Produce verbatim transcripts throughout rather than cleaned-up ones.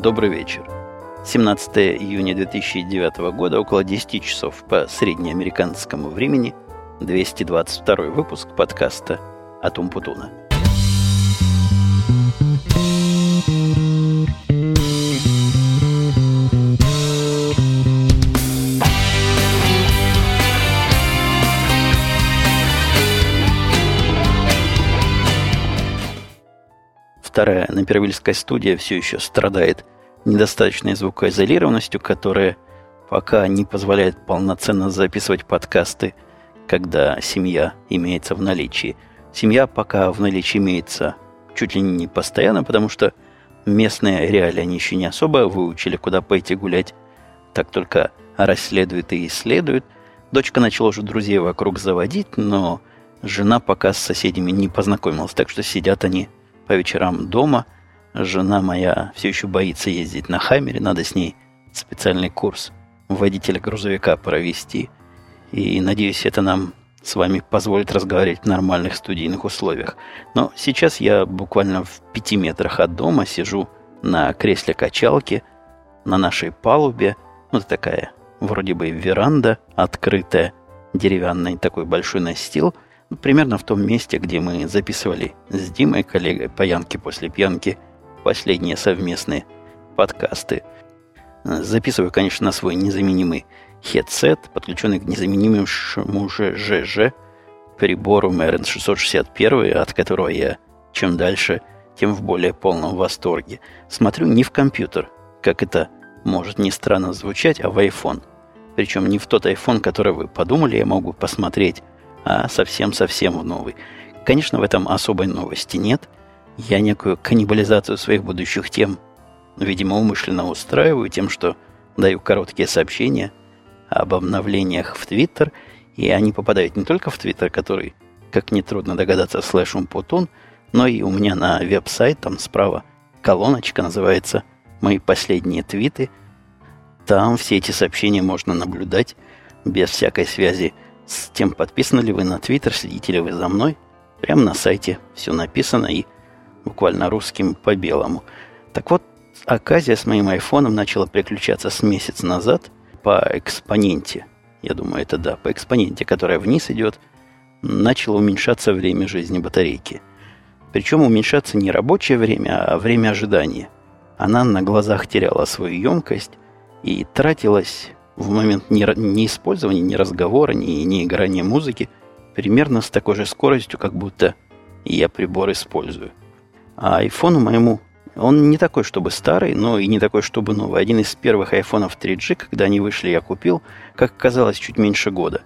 Добрый вечер. семнадцатое июня две тысячи девятого года, около десять часов по среднеамериканскому времени, двести двадцать второй выпуск подкаста от Умпутуна. Вторая напервильская студия все еще страдает недостаточной звукоизолированностью, которая пока не позволяет полноценно записывать подкасты, когда семья имеется в наличии. Семья пока в наличии имеется чуть ли не постоянно, потому что местные реалии они еще не особо выучили, куда пойти гулять. Так только расследуют и исследуют. Дочка начала уже друзей вокруг заводить, но жена пока с соседями не познакомилась, так что сидят они по вечерам дома. Жена моя все еще боится ездить на Хаммере. Надо с ней специальный курс водителя грузовика провести. И, надеюсь, это нам с вами позволит разговаривать в нормальных студийных условиях. Но сейчас я буквально в пяти метрах от дома сижу на кресле качалки на нашей палубе. Ну, это такая вроде бы веранда открытая, деревянный такой большой настил. Примерно в том месте, где мы записывали с Димой, коллегой по Янке после пьянки, последние совместные подкасты. Записываю, конечно, на свой незаменимый хедсет, подключенный к незаменимому же ЖЖ прибору Merens шестьсот шестьдесят один, от которого я чем дальше, тем в более полном восторге. Смотрю не в компьютер, как это может не странно звучать, а в iPhone. Причем не в тот iPhone, который вы подумали, я могу посмотреть, а совсем-совсем в новый. Конечно, в этом особой новости нет. Я некую каннибализацию своих будущих тем, видимо, умышленно устраиваю тем, что даю короткие сообщения об обновлениях в Твиттер, и они попадают не только в Твиттер, который, как нетрудно догадаться, слэш Умпутун, но и у меня на веб-сайт, там справа колоночка называется «Мои последние твиты». Там все эти сообщения можно наблюдать без всякой связи с тем, подписаны ли вы на Твиттер, следите ли вы за мной. Прямо на сайте все написано и буквально русским по белому. Так вот, оказия с моим айфоном начала переключаться с месяц назад по экспоненте. Я думаю, это да, по экспоненте, которая вниз идет, начало уменьшаться время жизни батарейки. Причем уменьшаться не рабочее время, а время ожидания. Она на глазах теряла свою емкость и тратилась в момент не, не использования, ни разговора, ни, ни играния музыки примерно с такой же скоростью, как будто я прибор использую. А айфону моему, он не такой, чтобы старый, но и не такой, чтобы новый. Один из первых айфонов три джи, когда они вышли, я купил, как оказалось, чуть меньше года.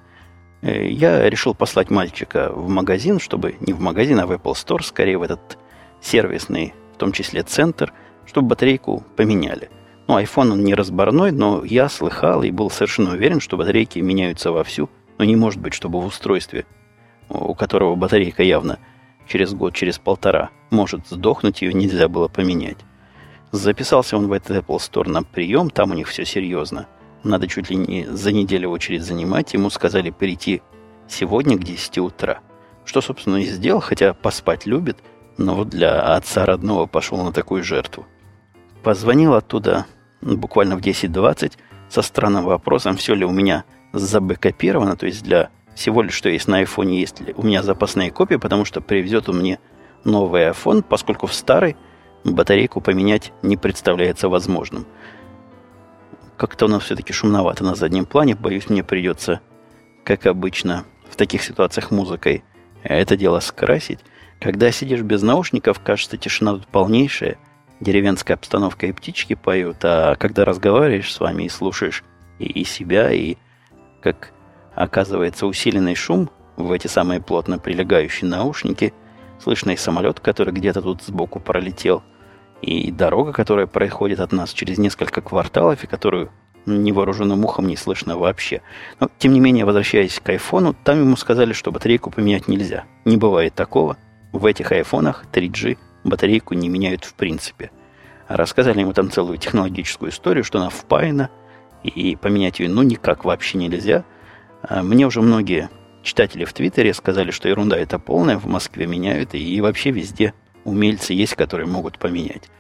Я решил послать мальчика в магазин, чтобы не в магазин, а в Apple Store, скорее в этот сервисный, в том числе центр, чтобы батарейку поменяли. Ну, iPhone он не разборной, но я слыхал и был совершенно уверен, что батарейки меняются вовсю. Но не может быть, чтобы в устройстве, у которого батарейка явно через год, через полтора может сдохнуть, ее нельзя было поменять. Записался он в этот Apple Store на прием, там у них все серьезно. Надо чуть ли не за неделю очередь занимать. Ему сказали прийти сегодня к десяти утра. Что, собственно, и сделал, хотя поспать любит, но вот для отца родного пошел на такую жертву. Позвонил оттуда буквально в десять двадцать со странным вопросом, все ли у меня забэкопировано, то есть для всего лишь, что есть на айфоне, есть ли у меня запасные копии, потому что привезет он мне новый iPhone, поскольку в старый батарейку поменять не представляется возможным. Как-то у нас все-таки шумновато на заднем плане, боюсь, мне придется, как обычно, в таких ситуациях музыкой это дело скрасить. Когда сидишь без наушников, кажется, тишина тут полнейшая, деревенская обстановка и птички поют, а когда разговариваешь с вами и слушаешь и, и себя, и, как оказывается, усиленный шум в эти самые плотно прилегающие наушники, слышно и самолет, который где-то тут сбоку пролетел, и дорога, которая проходит от нас через несколько кварталов, и которую невооруженным ухом не слышно вообще. Но, тем не менее, возвращаясь к айфону, там ему сказали, что батарейку поменять нельзя. Не бывает такого. В этих айфонах три джи батарейку не меняют в принципе. Рассказали ему там целую технологическую историю, что она впаяна, и поменять ее ну никак вообще нельзя. Мне уже многие читатели в Твиттере сказали, что ерунда это полная, в Москве меняют, и вообще везде умельцы есть, которые могут поменять.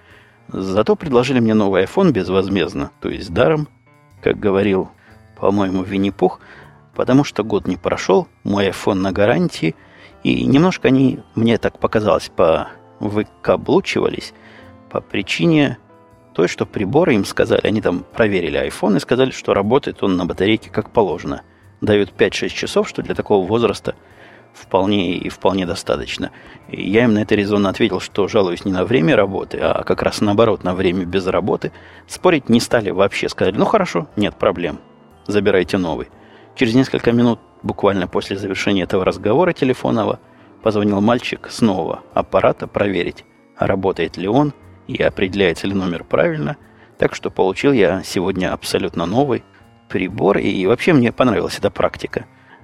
Зато предложили мне новый iPhone безвозмездно, то есть даром, как говорил, по-моему, Винни-Пух, потому что год не прошел, мой iPhone на гарантии, и немножко они, мне так показалось, повыкаблучивались по причине той, что приборы им сказали, они там проверили iPhone и сказали, что работает он на батарейке как положено. Дают пять-шесть часов, что для такого возраста вполне и вполне достаточно. И я им на это резонно ответил, что жалуюсь не на время работы, а как раз наоборот, на время без работы. Спорить не стали вообще. Сказали, ну хорошо, нет проблем, забирайте новый. Через несколько минут, буквально после завершения этого разговора телефонного, позвонил мальчик с нового аппарата проверить, работает ли он и определяется ли номер правильно. Так что получил я сегодня абсолютно новый прибор. И вообще мне понравилась эта практика.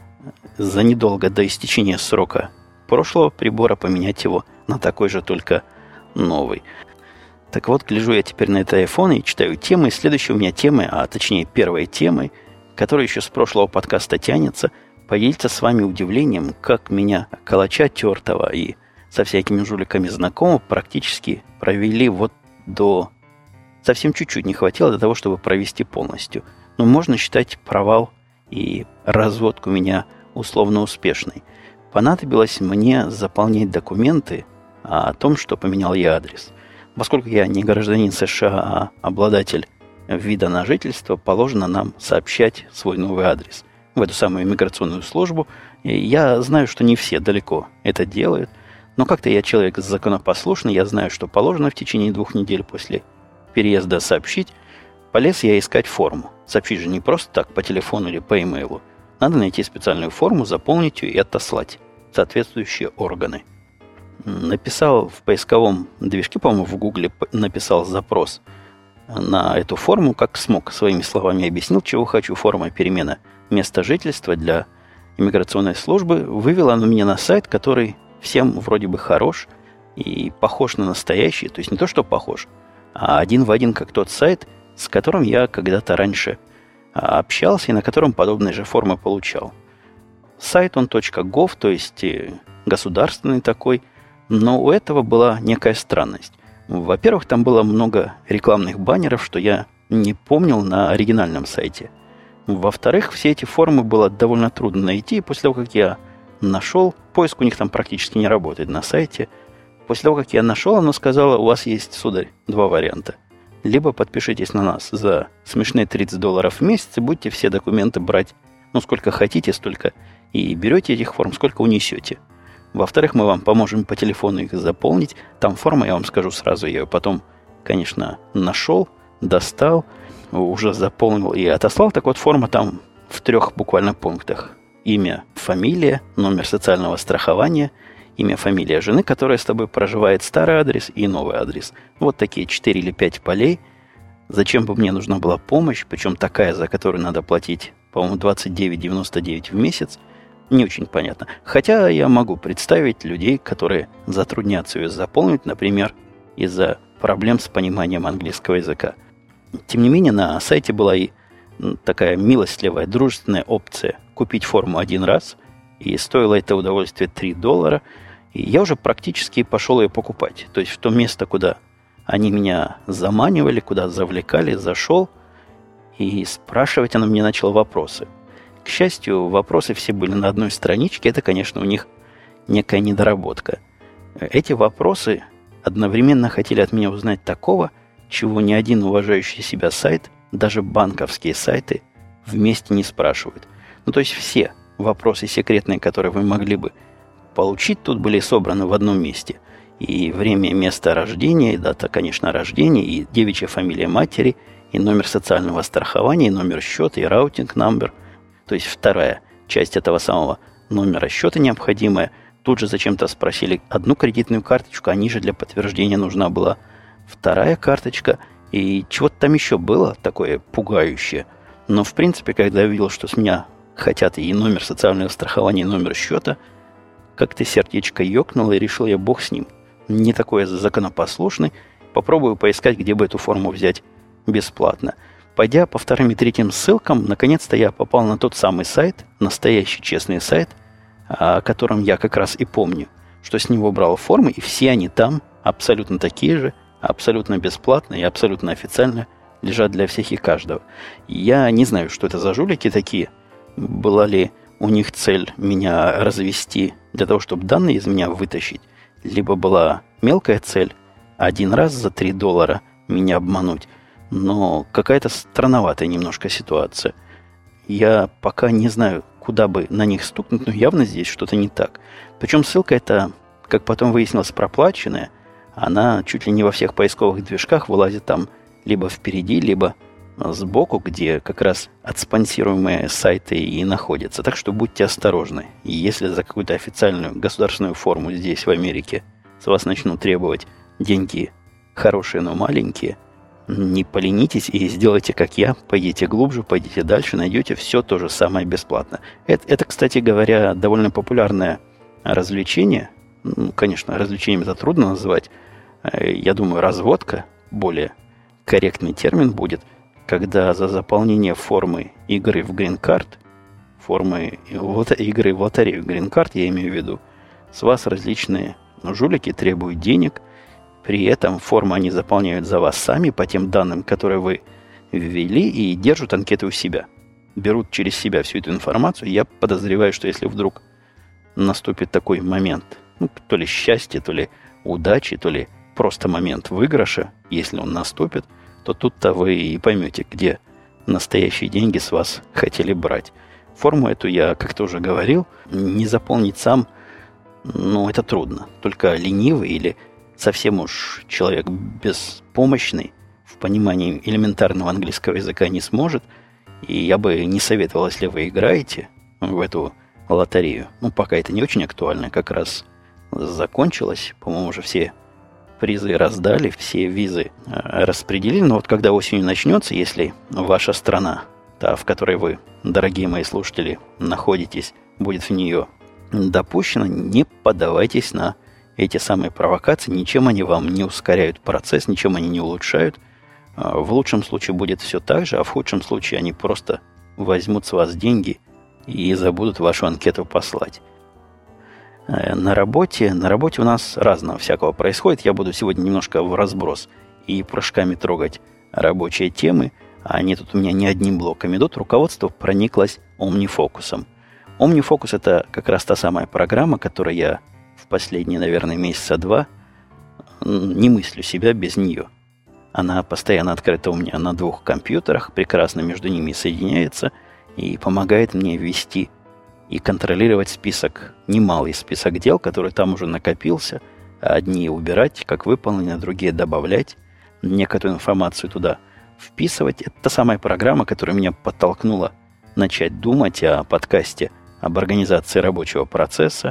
За недолго до истечения срока прошлого прибора поменять его на такой же, только новый. Так вот, гляжу я теперь на этот iPhone и читаю темы. Следующие у меня темы, а точнее первые темы, которая еще с прошлого подкаста тянется, поделиться с вами удивлением, как меня, калача тертого и со всякими жуликами знакомых, практически провели вот до... Совсем чуть-чуть не хватило до того, чтобы провести полностью. Но можно считать провал и разводку меня условно успешной. Понадобилось мне заполнять документы о том, что поменял я адрес. Поскольку я не гражданин США, а обладатель вида на жительство, положено нам сообщать свой новый адрес в эту самую иммиграционную службу. И я знаю, что не все далеко это делают, но как-то я человек законопослушный, я знаю, что положено в течение двух недель после переезда сообщить. Полез я искать форму. Сообщить же не просто так, по телефону или по имейлу. Надо найти специальную форму, заполнить ее и отослать в соответствующие органы. Написал в поисковом движке, по-моему, в Гугле написал запрос на эту форму, как смог, своими словами объяснил, чего хочу. Форма перемена места жительства для иммиграционной службы. Вывел оно меня на сайт, который всем вроде бы хорош и похож на настоящий. То есть не то, что похож, а один в один, как тот сайт, с которым я когда-то раньше общался и на котором подобные же формы получал. Сайт он .gov, то есть государственный такой, но у этого была некая странность. Во-первых, там было много рекламных баннеров, что я не помнил на оригинальном сайте. Во-вторых, все эти формы было довольно трудно найти, и после того, как я нашел, поиск у них там практически не работает на сайте. После того, как я нашел, оно сказало, у вас есть, сударь, два варианта. Либо подпишитесь на нас за смешные тридцать долларов в месяц и будете все документы брать, ну, сколько хотите, столько и берете этих форм, сколько унесете. Во-вторых, мы вам поможем по телефону их заполнить. Там форма, я вам скажу сразу, я ее потом, конечно, нашел, достал, уже заполнил и отослал. Так вот, форма там в трех буквально пунктах. Имя, фамилия, номер социального страхования, имя, фамилия жены, которая с тобой проживает, старый адрес и новый адрес. Вот такие четыре или пять полей. Зачем бы мне нужна была помощь, причем такая, за которую надо платить, по-моему, двадцать девять девяносто девять в месяц, не очень понятно. Хотя я могу представить людей, которые затруднятся ее заполнить, например, из-за проблем с пониманием английского языка. Тем не менее, на сайте была и такая милостливая, дружественная опция купить форму один раз, и стоило это удовольствие три доллара, и я уже практически пошел ее покупать. То есть в то место, куда они меня заманивали, куда завлекали, зашел, и спрашивать она мне начала вопросы. К счастью, вопросы все были на одной страничке, это, конечно, у них некая недоработка. Эти вопросы одновременно хотели от меня узнать такого, чего ни один уважающий себя сайт, даже банковские сайты, вместе не спрашивают. Ну, то есть все вопросы секретные, которые вы могли бы получить, тут были собраны в одном месте. И время, место рождения, и дата, конечно, рождения, и девичья фамилия матери, и номер социального страхования, и номер счета, и раутинг номер. То есть вторая часть этого самого номера счета необходимая. Тут же зачем-то спросили одну кредитную карточку, а ниже для подтверждения нужна была вторая карточка. И чего-то там еще было такое пугающее. Но, в принципе, когда я видел, что с меня хотят и номер социального страхования, и номер счета, как-то сердечко ёкнуло, и решил я, бог с ним. Не такой законопослушный. Попробую поискать, где бы эту форму взять бесплатно. Пойдя по вторым и третьим ссылкам, наконец-то я попал на тот самый сайт, настоящий честный сайт, о котором я как раз и помню, что с него брал формы, и все они там абсолютно такие же, абсолютно бесплатно и абсолютно официально лежат для всех и каждого. Я не знаю, что это за жулики такие. Была ли у них цель меня развести для того, чтобы данные из меня вытащить, либо была мелкая цель один раз за три доллара меня обмануть. Но какая-то странноватая немножко ситуация. Я пока не знаю, куда бы на них стукнуть, но явно здесь что-то не так. Причем ссылка эта, как потом выяснилось, проплаченная. Она чуть ли не во всех поисковых движках вылазит там либо впереди, либо сбоку, где как раз отспонсируемые сайты и находятся. Так что будьте осторожны. И если за какую-то официальную государственную форму здесь, в Америке, с вас начнут требовать деньги хорошие, но маленькие, не поленитесь и сделайте, как я. Пойдите глубже, пойдите дальше, найдете все то же самое бесплатно. Это, это, кстати говоря, довольно популярное развлечение. Ну, конечно, развлечением это трудно назвать. Я думаю, разводка, более корректный термин будет, когда за заполнение формы игры в Green Card, формы игры в лотерею Green Card, я имею в виду, с вас различные жулики требуют денег. При этом форму они заполняют за вас сами по тем данным, которые вы ввели, и держат анкеты у себя. Берут через себя всю эту информацию. Я подозреваю, что если вдруг наступит такой момент, ну, то ли счастья, то ли удачи, то ли просто момент выигрыша, если он наступит, то тут-то вы и поймете, где настоящие деньги с вас хотели брать. Форму эту я, как-то уже говорил, не заполнить сам, ну, это трудно. Только ленивый или совсем уж человек беспомощный в понимании элементарного английского языка не сможет. И я бы не советовал, если вы играете в эту лотерею. Ну, пока это не очень актуально, как раз закончилось. По-моему, уже все призы раздали, все визы распределили. Но вот когда осенью начнется, если ваша страна, та, в которой вы, дорогие мои слушатели, находитесь, будет в нее допущена, не поддавайтесь на эти самые провокации. Ничем они вам не ускоряют процесс, ничем они не улучшают. В лучшем случае будет все так же, а в худшем случае они просто возьмут с вас деньги и забудут вашу анкету послать. На работе, на работе у нас разного всякого происходит. Я буду сегодня немножко в разброс и прыжками трогать рабочие темы. А они тут у меня не одним блоком идут. Руководство прониклось OmniFocus. OmniFocus – это как раз та самая программа, которую я в последние, наверное, месяца два не мыслю себя без нее. Она постоянно открыта у меня на двух компьютерах, прекрасно между ними соединяется и помогает мне вести и контролировать список, немалый список дел, который там уже накопился. Одни убирать, как выполнено, другие добавлять, некоторую информацию туда вписывать. Это та самая программа, которая меня подтолкнула начать думать о подкасте, об организации рабочего процесса.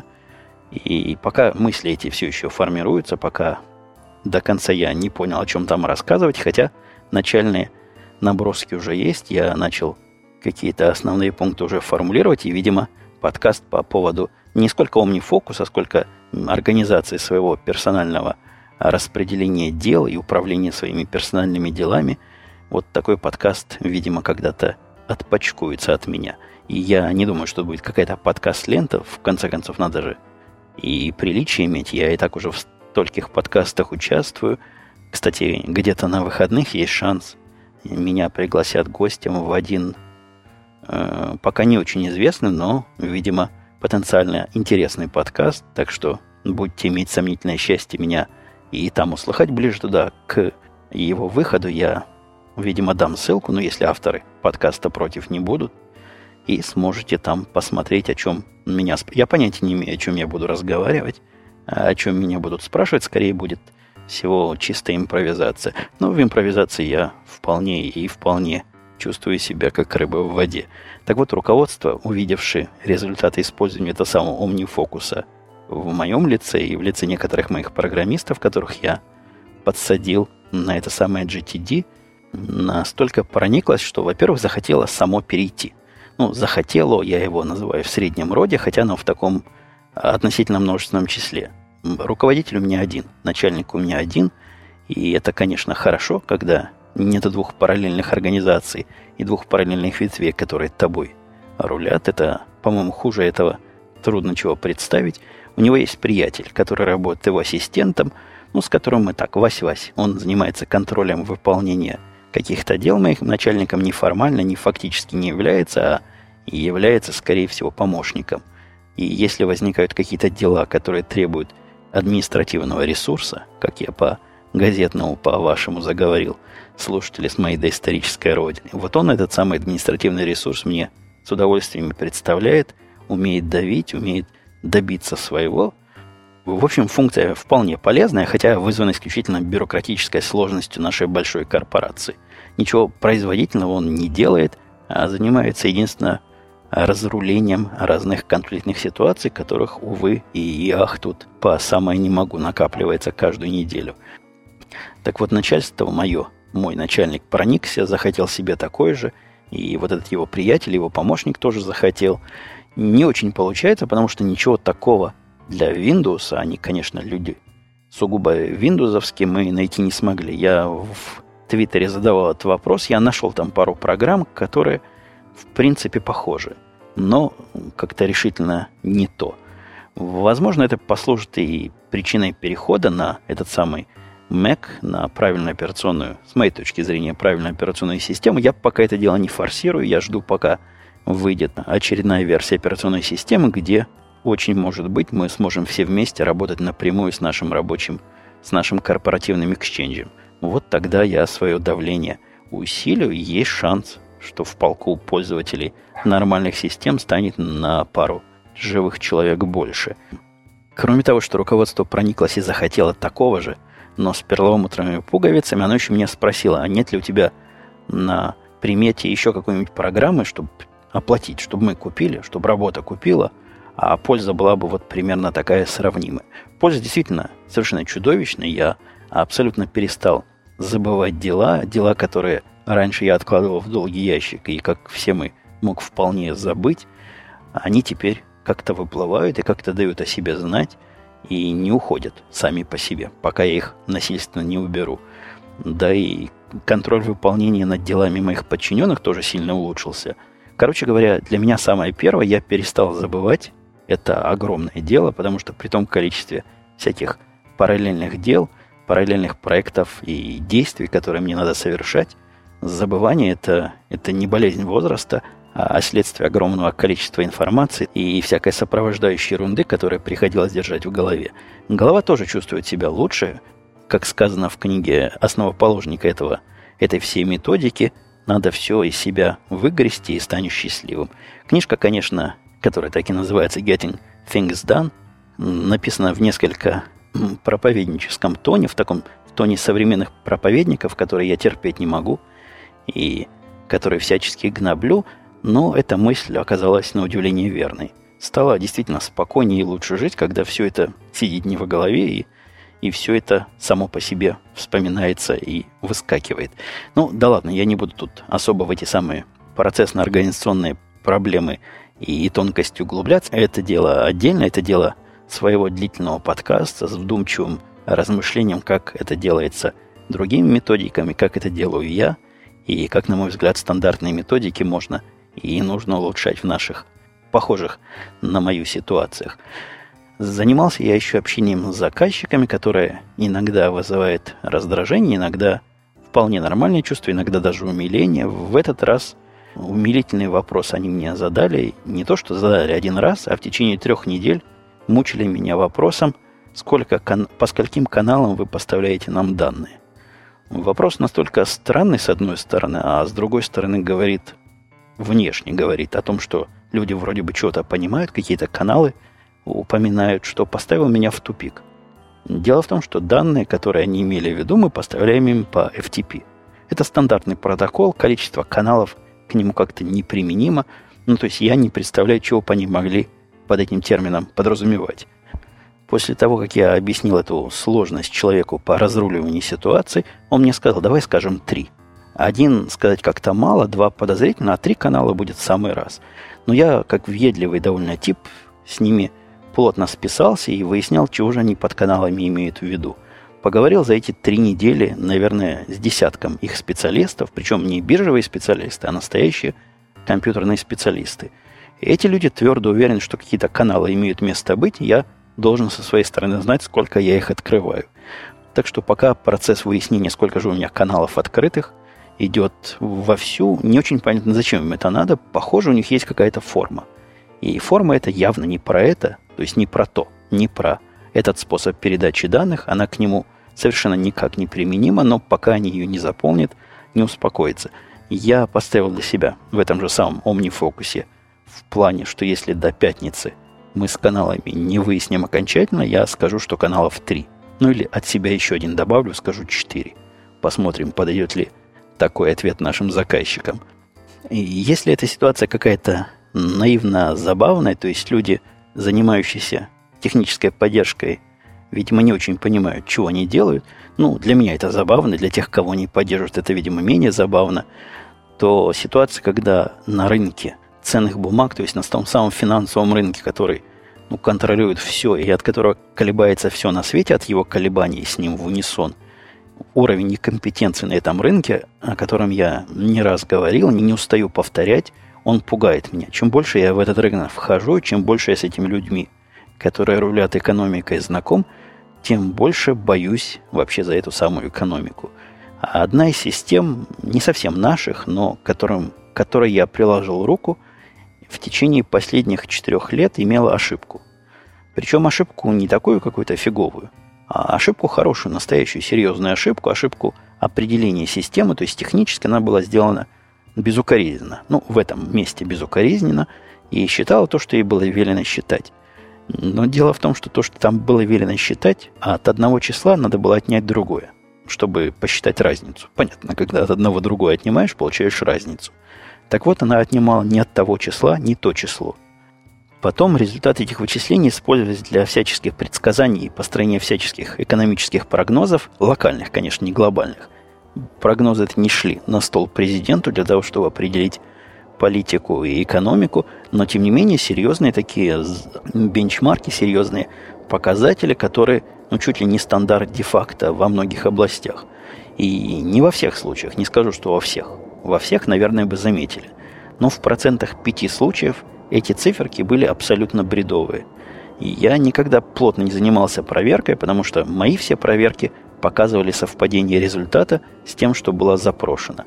И пока мысли эти все еще формируются, пока до конца я не понял, о чем там рассказывать, хотя начальные наброски уже есть, я начал какие-то основные пункты уже формулировать, и, видимо, подкаст по поводу не сколько OmniFocus, сколько организации своего персонального распределения дел и управления своими персональными делами, вот такой подкаст, видимо, когда-то отпочкуется от меня. И я не думаю, что будет какая-то подкаст-лента, в конце концов, надо же и приличие иметь. Я и так уже в стольких подкастах участвую. Кстати, где-то на выходных есть шанс. Меня пригласят гостем в один, э, пока не очень известный, но, видимо, потенциально интересный подкаст. Так что будете иметь сомнительное счастье меня и там услыхать ближе туда. К его выходу я, видимо, дам ссылку, но если авторы подкаста против не будут, и сможете там посмотреть, о чем меня... Сп... Я понятия не имею, о чем я буду разговаривать, а о чем меня будут спрашивать. Скорее будет всего чистая импровизация. Но в импровизации я вполне и вполне чувствую себя как рыба в воде. Так вот, руководство, увидевшее результаты использования этого самого OmniFocus в моем лице и в лице некоторых моих программистов, которых я подсадил на это самое джи ти ди, настолько прониклось, что, во-первых, захотело само перейти. Ну, захотело, я его называю в среднем роде, хотя оно в таком относительно множественном числе. Руководитель у меня один, начальник у меня один, и это, конечно, хорошо, когда нет двух параллельных организаций и двух параллельных ветвей, которые тобой рулят. Это, по-моему, хуже этого трудно чего представить. У него есть приятель, который работает его ассистентом, ну, с которым мы так, вась-вась. Он занимается контролем выполнения каких-то дел. Моим начальником ни формально, ни фактически не является, а является, скорее всего, помощником. И если возникают какие-то дела, которые требуют административного ресурса, как я по газетному, по вашему заговорил, слушатели с моей доисторической родины, вот он, этот самый административный ресурс, мне с удовольствием представляет, умеет давить, умеет добиться своего. В общем, функция вполне полезная, хотя вызвана исключительно бюрократической сложностью нашей большой корпорации. Ничего производительного он не делает, а занимается единственно разрулением разных конфликтных ситуаций, которых, увы, и ах, тут по самое не могу накапливается каждую неделю. Так вот, начальство мое, мой начальник проникся, захотел себе такой же, и вот этот его приятель, его помощник тоже захотел. Не очень получается, потому что ничего такого для Windows, они, конечно, люди сугубо виндовсовские, мы найти не смогли. Я в Твиттере задавал этот вопрос, я нашел там пару программ, которые в принципе похожи, но как-то решительно не то. Возможно, это послужит и причиной перехода на этот самый Mac, на правильную операционную, с моей точки зрения, правильную операционную систему. Я пока это дело не форсирую, я жду, пока выйдет очередная версия операционной системы, где очень может быть мы сможем все вместе работать напрямую с нашим рабочим, с нашим корпоративным эксченджем. Вот тогда я свое давление усилю, и есть шанс, что в полку пользователей нормальных систем станет на пару живых человек больше. Кроме того, что руководство прониклось и захотело такого же, но с перламутровыми пуговицами, оно еще меня спросило, а нет ли у тебя на примете еще какой-нибудь программы, чтобы оплатить, чтобы мы купили, чтобы работа купила, а польза была бы вот примерно такая сравнимая. Польза действительно совершенно чудовищная. Я абсолютно перестал забывать дела, дела, которые раньше я откладывал в долгий ящик, и, как все мы, мог вполне забыть. Они теперь как-то выплывают и как-то дают о себе знать, и не уходят сами по себе, пока я их насильственно не уберу. Да и контроль выполнения над делами моих подчиненных тоже сильно улучшился. Короче говоря, для меня самое первое, я перестал забывать. Это огромное дело, потому что при том количестве всяких параллельных дел, параллельных проектов и действий, которые мне надо совершать, забывание это, это не болезнь возраста, а следствие огромного количества информации и всякой сопровождающей ерунды, которую приходилось держать в голове. Голова тоже чувствует себя лучше, как сказано в книге основоположника этого, этой всей методики, надо все из себя выгрести и станешь счастливым. Книжка, конечно, которая так и называется Getting Things Done, написана в несколько проповедническом тоне, в таком в тоне современных проповедников, которые я терпеть не могу и которые всячески гноблю, но эта мысль оказалась на удивление верной. Стало действительно спокойнее и лучше жить, когда все это сидит не во голове и И все это само по себе вспоминается и выскакивает. Ну, да ладно, я не буду тут особо в эти самые процессно-организационные проблемы и тонкости углубляться. Это дело отдельно, это дело своего длительного подкаста с вдумчивым размышлением, как это делается другими методиками, как это делаю я, и как, на мой взгляд, стандартные методики можно и нужно улучшать в наших похожих на мою ситуациях. Занимался я еще общением с заказчиками, которое иногда вызывает раздражение, иногда вполне нормальное чувство, иногда даже умиление. В этот раз умилительный вопрос они мне задали. Не то, что задали один раз, а в течение трех недель мучили меня вопросом, сколько, по скольким каналам вы поставляете нам данные. Вопрос настолько странный, с одной стороны, а с другой стороны говорит, внешне говорит о том, что люди вроде бы что-то понимают, какие-то каналы упоминают, что поставил меня в тупик. Дело в том, что данные, которые они имели в виду, мы поставляем им по эф ти пи. Это стандартный протокол, количество каналов к нему как-то неприменимо. Ну, то есть я не представляю, чего бы они могли под этим термином подразумевать. После того, как я объяснил эту сложность человеку по разруливанию ситуации, он мне сказал, давай скажем три. Один сказать как-то мало, два подозрительно, а три канала будет в самый раз. Но я, как въедливый довольно тип, с ними плотно списался и выяснял, чего же они под каналами имеют в виду. Поговорил за эти три недели, наверное, с десятком их специалистов, причем не биржевые специалисты, а настоящие компьютерные специалисты. И эти люди твердо уверены, что какие-то каналы имеют место быть, я должен со своей стороны знать, сколько я их открываю. Так что пока процесс выяснения, сколько же у меня каналов открытых, идет вовсю. Не очень понятно, зачем им это надо. Похоже, у них есть какая-то форма. И форма это явно не про это, то есть не про то, не про этот способ передачи данных. Она к нему совершенно никак не применима, но пока они ее не заполнят, не успокоится. Я поставил для себя в этом же самом OmniFocus в плане, что если до пятницы мы с каналами не выясним окончательно, я скажу, что каналов три. Ну или от себя еще один добавлю, скажу четыре. Посмотрим, подойдет ли такой ответ нашим заказчикам. И если эта ситуация какая-то наивно забавная, то есть люди, занимающиеся технической поддержкой, видимо, не очень понимают, чего они делают. Ну, для меня это забавно, для тех, кого они поддерживают, это, видимо, менее забавно. То ситуация, когда на рынке ценных бумаг, то есть на том самом финансовом рынке, который ну, контролирует все и от которого колебается все на свете, от его колебаний с ним в унисон, уровень некомпетенции на этом рынке, о котором я не раз говорил, не, не устаю повторять, он пугает меня. Чем больше я в этот рынок вхожу, чем больше я с этими людьми, которые рулят экономикой, знаком, тем больше боюсь вообще за эту самую экономику. А одна из систем, не совсем наших, но которым, которой я приложил руку, в течение последних четырех лет имела ошибку. Причем ошибку не такую какую-то фиговую, а ошибку хорошую, настоящую, серьезную ошибку, ошибку определения системы, то есть технически она была сделана безукоризненно. Ну, в этом месте безукоризненно, и считала то, что ей было велено считать. Но дело в том, что то, что там было велено считать, от одного числа надо было отнять другое, чтобы посчитать разницу. Понятно, когда от одного другое отнимаешь, получаешь разницу. Так вот, она отнимала не от того числа, не то число. Потом результаты этих вычислений использовались для всяческих предсказаний и построения всяческих экономических прогнозов, локальных, конечно, не глобальных. Прогнозы это не шли на стол президенту для того, чтобы определить политику и экономику, но, тем не менее, серьезные такие бенчмарки, серьезные показатели, которые, ну, чуть ли не стандарт де-факто во многих областях. И не во всех случаях, не скажу, что во всех. Во всех, наверное, бы заметили. Но в процентах пяти случаев эти циферки были абсолютно бредовые. И я никогда плотно не занимался проверкой, потому что мои все проверки показывали совпадение результата с тем, что было запрошено.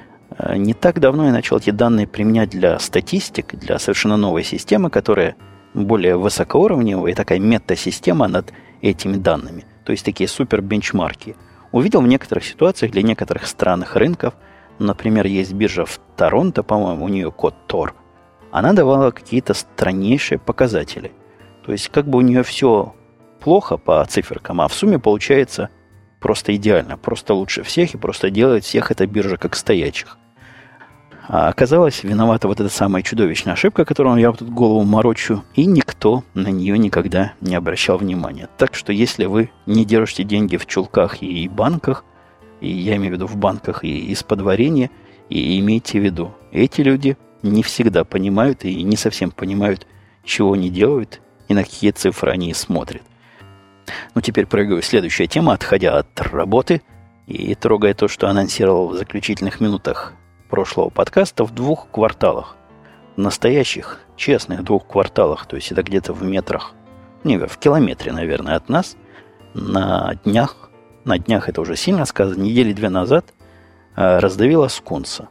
Не так давно я начал эти данные применять для статистик, для совершенно новой системы, которая более высокоуровневая, и такая мета-система над этими данными. То есть такие супер-бенчмарки. Увидел в некоторых ситуациях для некоторых странных рынков, например, есть биржа в Торонто, по-моему, у нее код Тор, она давала какие-то страннейшие показатели. То есть как бы у нее все плохо по циферкам, а в сумме получается просто идеально, просто лучше всех, и просто делает всех эта биржа как стоячих. А оказалось, виновата вот эта самая чудовищная ошибка, которую я вот тут голову морочу, и никто на нее никогда не обращал внимания. Так что если вы не держите деньги в чулках и банках, и я имею в виду в банках и из-под варенья, и имейте в виду, эти люди не всегда понимают и не совсем понимают, чего они делают и на какие цифры они смотрят. Ну, теперь прыгаю. Следующая тема, отходя от работы и трогая то, что анонсировал в заключительных минутах прошлого подкаста, в двух кварталах. В настоящих, честных двух кварталах, то есть это где-то в метрах, не, в километре, наверное, от нас, на днях, на днях это уже сильно сказано, недели две назад раздавила скунса.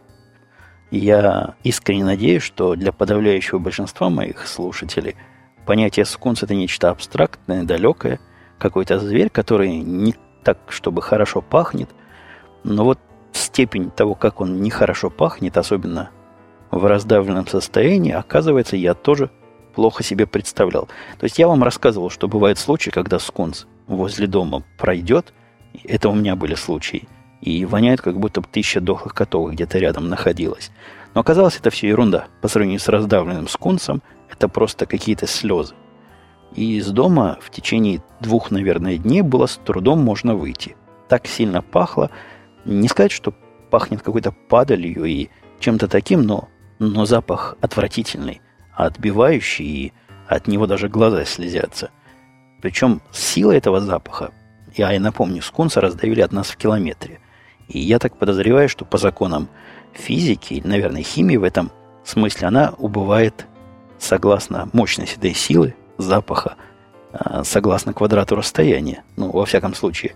Я искренне надеюсь, что для подавляющего большинства моих слушателей понятие скунс это нечто абстрактное, далекое, какой-то зверь, который не так, чтобы хорошо пахнет, но вот степень того, как он нехорошо пахнет, особенно в раздавленном состоянии, оказывается, я тоже плохо себе представлял. То есть я вам рассказывал, что бывают случаи, когда скунс возле дома пройдет, это у меня были случаи, и воняет, как будто бы тысяча дохлых котов где-то рядом находилась. Но оказалось, это все ерунда. По сравнению с раздавленным скунсом, это просто какие-то слезы. И из дома в течение двух, наверное, дней было с трудом можно выйти. Так сильно пахло. Не сказать, что пахнет какой-то падалью и чем-то таким, но, но запах отвратительный, отбивающий, и от него даже глаза слезятся. Причем сила этого запаха, я и напомню, скунса раздавили от нас в километре. И я так подозреваю, что по законам физики, или, наверное, химии в этом смысле, она убывает согласно мощности этой силы, запаха, согласно квадрату расстояния. Ну, во всяком случае,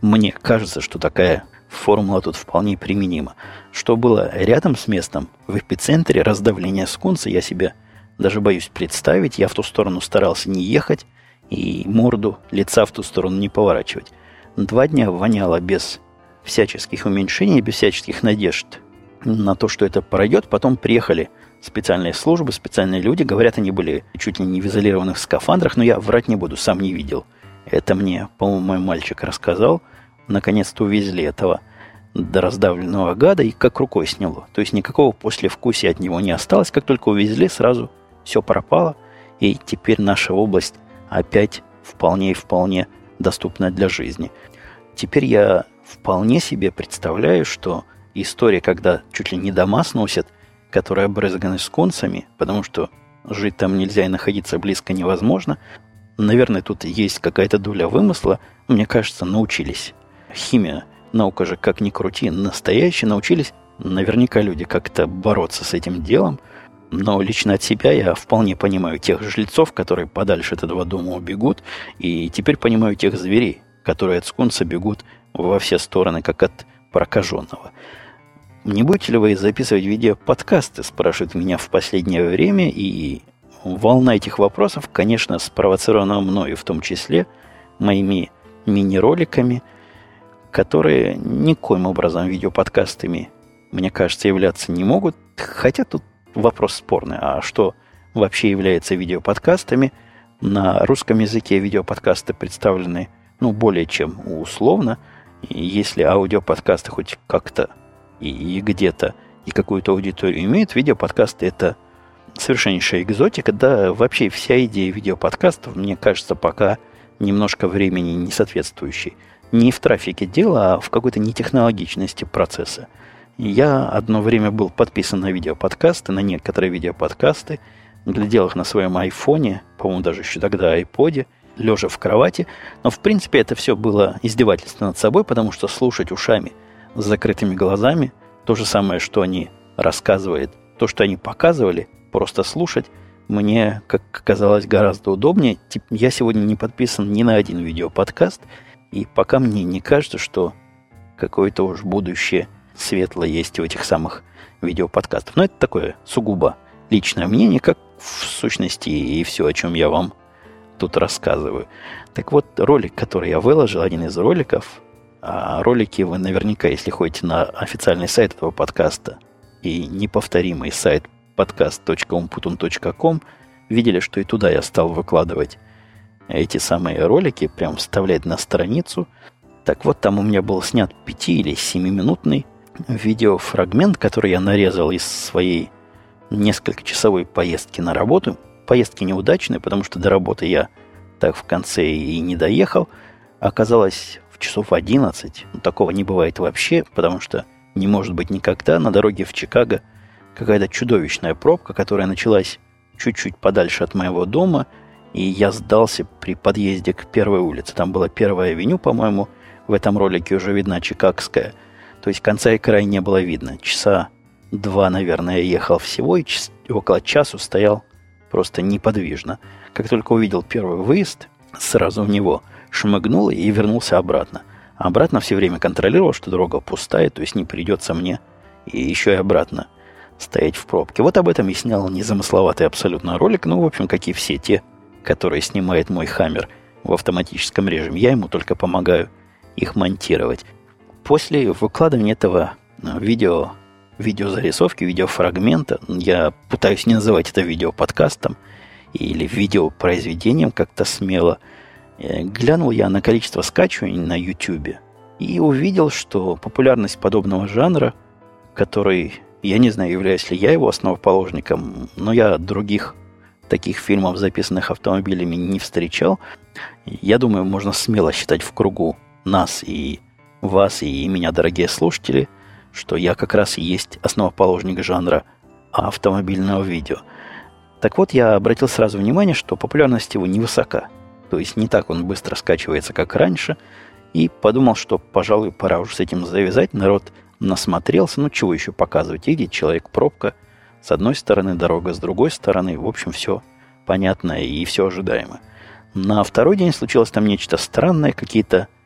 мне кажется, что такая формула тут вполне применима. Что было рядом с местом, в эпицентре раздавления скунса, я себе даже боюсь представить. Я в ту сторону старался не ехать и морду лица в ту сторону не поворачивать. Два дня воняло без всяческих уменьшений, без всяческих надежд на то, что это пройдет. Потом приехали специальные службы, специальные люди. Говорят, они были чуть ли не в изолированных скафандрах, но я врать не буду, сам не видел. Это мне, по-моему, мой мальчик рассказал. Наконец-то увезли этого раздавленного гада и как рукой сняло. То есть никакого послевкусия от него не осталось. Как только увезли, сразу все пропало. И теперь наша область опять вполне и вполне доступна для жизни. Теперь я вполне себе представляю, что история, когда чуть ли не дома сносят, которые обрызганы скунсами, потому что жить там нельзя и находиться близко невозможно. Наверное, тут есть какая-то доля вымысла. Мне кажется, научились. Химия, наука же, как ни крути, настоящие, научились наверняка люди как-то бороться с этим делом. Но лично от себя я вполне понимаю тех жильцов, которые подальше от этого дома убегут, и теперь понимаю тех зверей, которые от скунса бегут во все стороны, как от прокаженного. Не будете ли вы записывать видео-подкасты, спрашивают меня в последнее время, и волна этих вопросов, конечно, спровоцирована мною, в том числе моими мини-роликами, которые никоим образом видеоподкастами, мне кажется, являться не могут. Хотя тут вопрос спорный. А что вообще является видеоподкастами? На русском языке видеоподкасты представлены, ну, более чем условно. И если аудиоподкасты хоть как-то и, и где-то и какую-то аудиторию имеют, видеоподкасты — это совершеннейшая экзотика. Да, вообще вся идея видеоподкастов, мне кажется, пока немножко времени не соответствующей. Не в трафике дело, а в какой-то нетехнологичности процесса. Я одно время был подписан на видеоподкасты, на некоторые видеоподкасты, глядел их на своем айфоне, по-моему, даже еще тогда айподе, лежа в кровати. Но, в принципе, это все было издевательство над собой, потому что слушать ушами с закрытыми глазами, то же самое, что они рассказывают, то, что они показывали, просто слушать, мне, как казалось, гораздо удобнее. Я сегодня не подписан ни на один видеоподкаст, и пока мне не кажется, что какое-то уж будущее светлое есть у этих самых видеоподкастов. Но это такое сугубо личное мнение, как в сущности и все, о чем я вам тут рассказываю. Так вот, ролик, который я выложил, один из роликов, а ролики вы наверняка, если ходите на официальный сайт этого подкаста и неповторимый сайт подкаст точка умпутун точка ком, видели, что и туда я стал выкладывать эти самые ролики, прям вставлять на страницу. Так вот, там у меня был снят пяти- или семиминутный видеофрагмент, который я нарезал из своей несколькочасовой поездки на работу. Поездки неудачные, потому что до работы я так в конце и не доехал. Оказалось, в часов одиннадцать. Ну, такого не бывает вообще, потому что не может быть никогда. На дороге в Чикаго какая-то чудовищная пробка, которая началась чуть-чуть подальше от моего дома, и я сдался при подъезде к первой улице. Там была Первая авеню, по-моему, в этом ролике уже видна Чикагская. То есть конца и края не было видно. Часа два, наверное, я ехал всего, и час, около часу стоял просто неподвижно. Как только увидел первый выезд, сразу в него шмыгнул и вернулся обратно. А обратно все время контролировал, что дорога пустая, то есть не придется мне и еще и обратно стоять в пробке. Вот об этом и снял незамысловатый абсолютно ролик. Ну, в общем, как и все те, которые снимает мой Хаммер в автоматическом режиме. Я ему только помогаю их монтировать. После выкладывания этого видео, видеозарисовки, видеофрагмента, я пытаюсь не называть это видеоподкастом или видеопроизведением как-то смело, глянул я на количество скачиваний на YouTube и увидел, что популярность подобного жанра, который, я не знаю, являюсь ли я его основоположником, но я других таких фильмов, записанных автомобилями, не встречал. Я думаю, можно смело считать в кругу нас и вас, и меня, дорогие слушатели, что я как раз и есть основоположник жанра автомобильного видео. Так вот, я обратил сразу внимание, что популярность его невысока. То есть не так он быстро скачивается, как раньше. И подумал, что, пожалуй, пора уже с этим завязать. Народ насмотрелся. Ну, чего еще показывать? Едет человек, пробка. С одной стороны дорога, с другой стороны. В общем, все понятно и все ожидаемо. На второй день случилось там нечто странное. Какие-то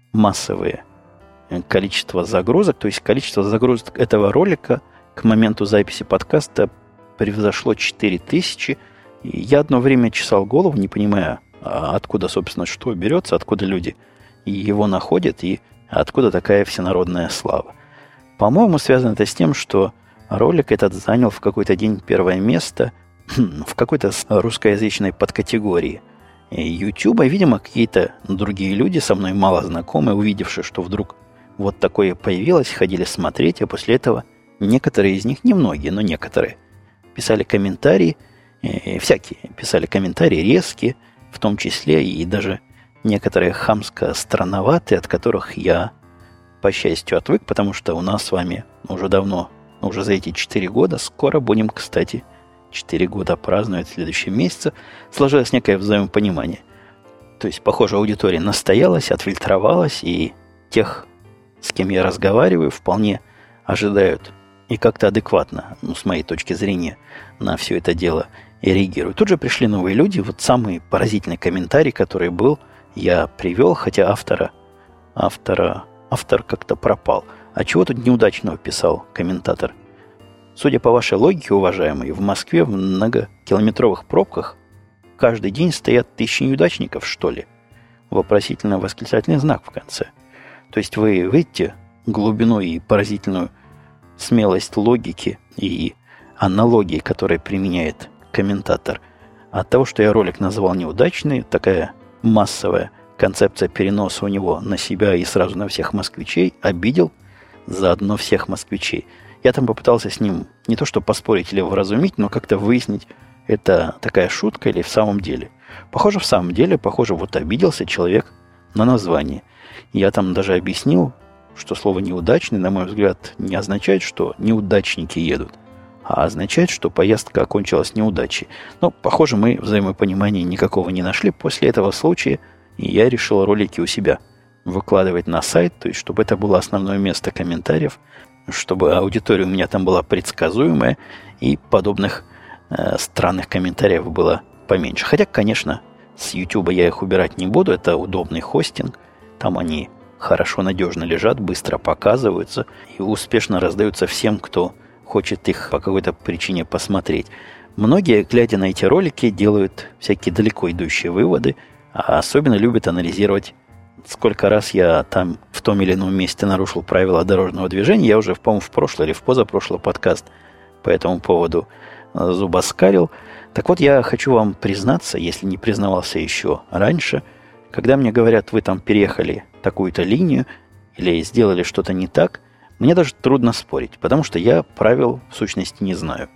массовые количество загрузок. То есть количество загрузок этого ролика к моменту записи подкаста превзошло четыре тысячи. И я одно время чесал голову, не понимая, откуда, собственно, что берется, откуда люди его находят и откуда такая всенародная слава. По-моему, связано это с тем, что ролик этот занял в какой-то день первое место в какой-то русскоязычной подкатегории YouTube. Видимо, какие-то другие люди, со мной мало знакомые, увидевшие, что вдруг вот такое появилось, ходили смотреть, а после этого некоторые из них, не многие, но некоторые, писали комментарии, э, всякие писали комментарии резкие, в том числе и даже некоторые хамско-странноватые, от которых я, по счастью, отвык, потому что у нас с вами уже давно, уже за эти четыре года, скоро будем, кстати, четыре года праздновать в следующем месяце, сложилось некое взаимопонимание. То есть, похоже, аудитория настоялась, отфильтровалась, и тех, с кем я разговариваю, вполне ожидают и как-то адекватно, ну, с моей точки зрения, на все это дело и реагируют. Тут же пришли новые люди. Вот самый поразительный комментарий, который был, я привел, хотя автора, автора, автор как-то пропал. А чего тут неудачного писал комментатор? Судя по вашей логике, уважаемые, в Москве в многокилометровых пробках каждый день стоят тысячи неудачников, что ли? Вопросительно-восклицательный знак в конце. То есть вы видите глубину и поразительную смелость логики и аналогии, которые применяет комментатор. От того, что я ролик назвал неудачный, такая массовая концепция переноса у него на себя и сразу на всех москвичей, обидел заодно всех москвичей. Я там попытался с ним не то что поспорить или вразумить, но как-то выяснить, это такая шутка или в самом деле. Похоже, в самом деле, похоже, вот обиделся человек на название. Я там даже объяснил, что слово «неудачный», на мой взгляд, не означает, что неудачники едут, а означает, что поездка окончилась неудачей. Но, похоже, мы взаимопонимания никакого не нашли после этого случая, и я решил ролики у себя выкладывать на сайт, то есть, чтобы это было основное место комментариев, чтобы аудитория у меня там была предсказуемая, и подобных э, странных комментариев было поменьше. Хотя, конечно, с YouTube я их убирать не буду, это удобный хостинг, там они хорошо, надежно лежат, быстро показываются и успешно раздаются всем, кто хочет их по какой-то причине посмотреть. Многие, глядя на эти ролики, делают всякие далеко идущие выводы, а особенно любят анализировать, сколько раз я там в том или ином месте нарушил правила дорожного движения. Я уже, по-моему, в прошлый или в позапрошлый подкаст по этому поводу зубоскалил. Так вот, я хочу вам признаться, если не признавался еще раньше, когда мне говорят, вы там переехали такую-то линию или сделали что-то не так, мне даже трудно спорить, потому что я правил в сущности не знаю.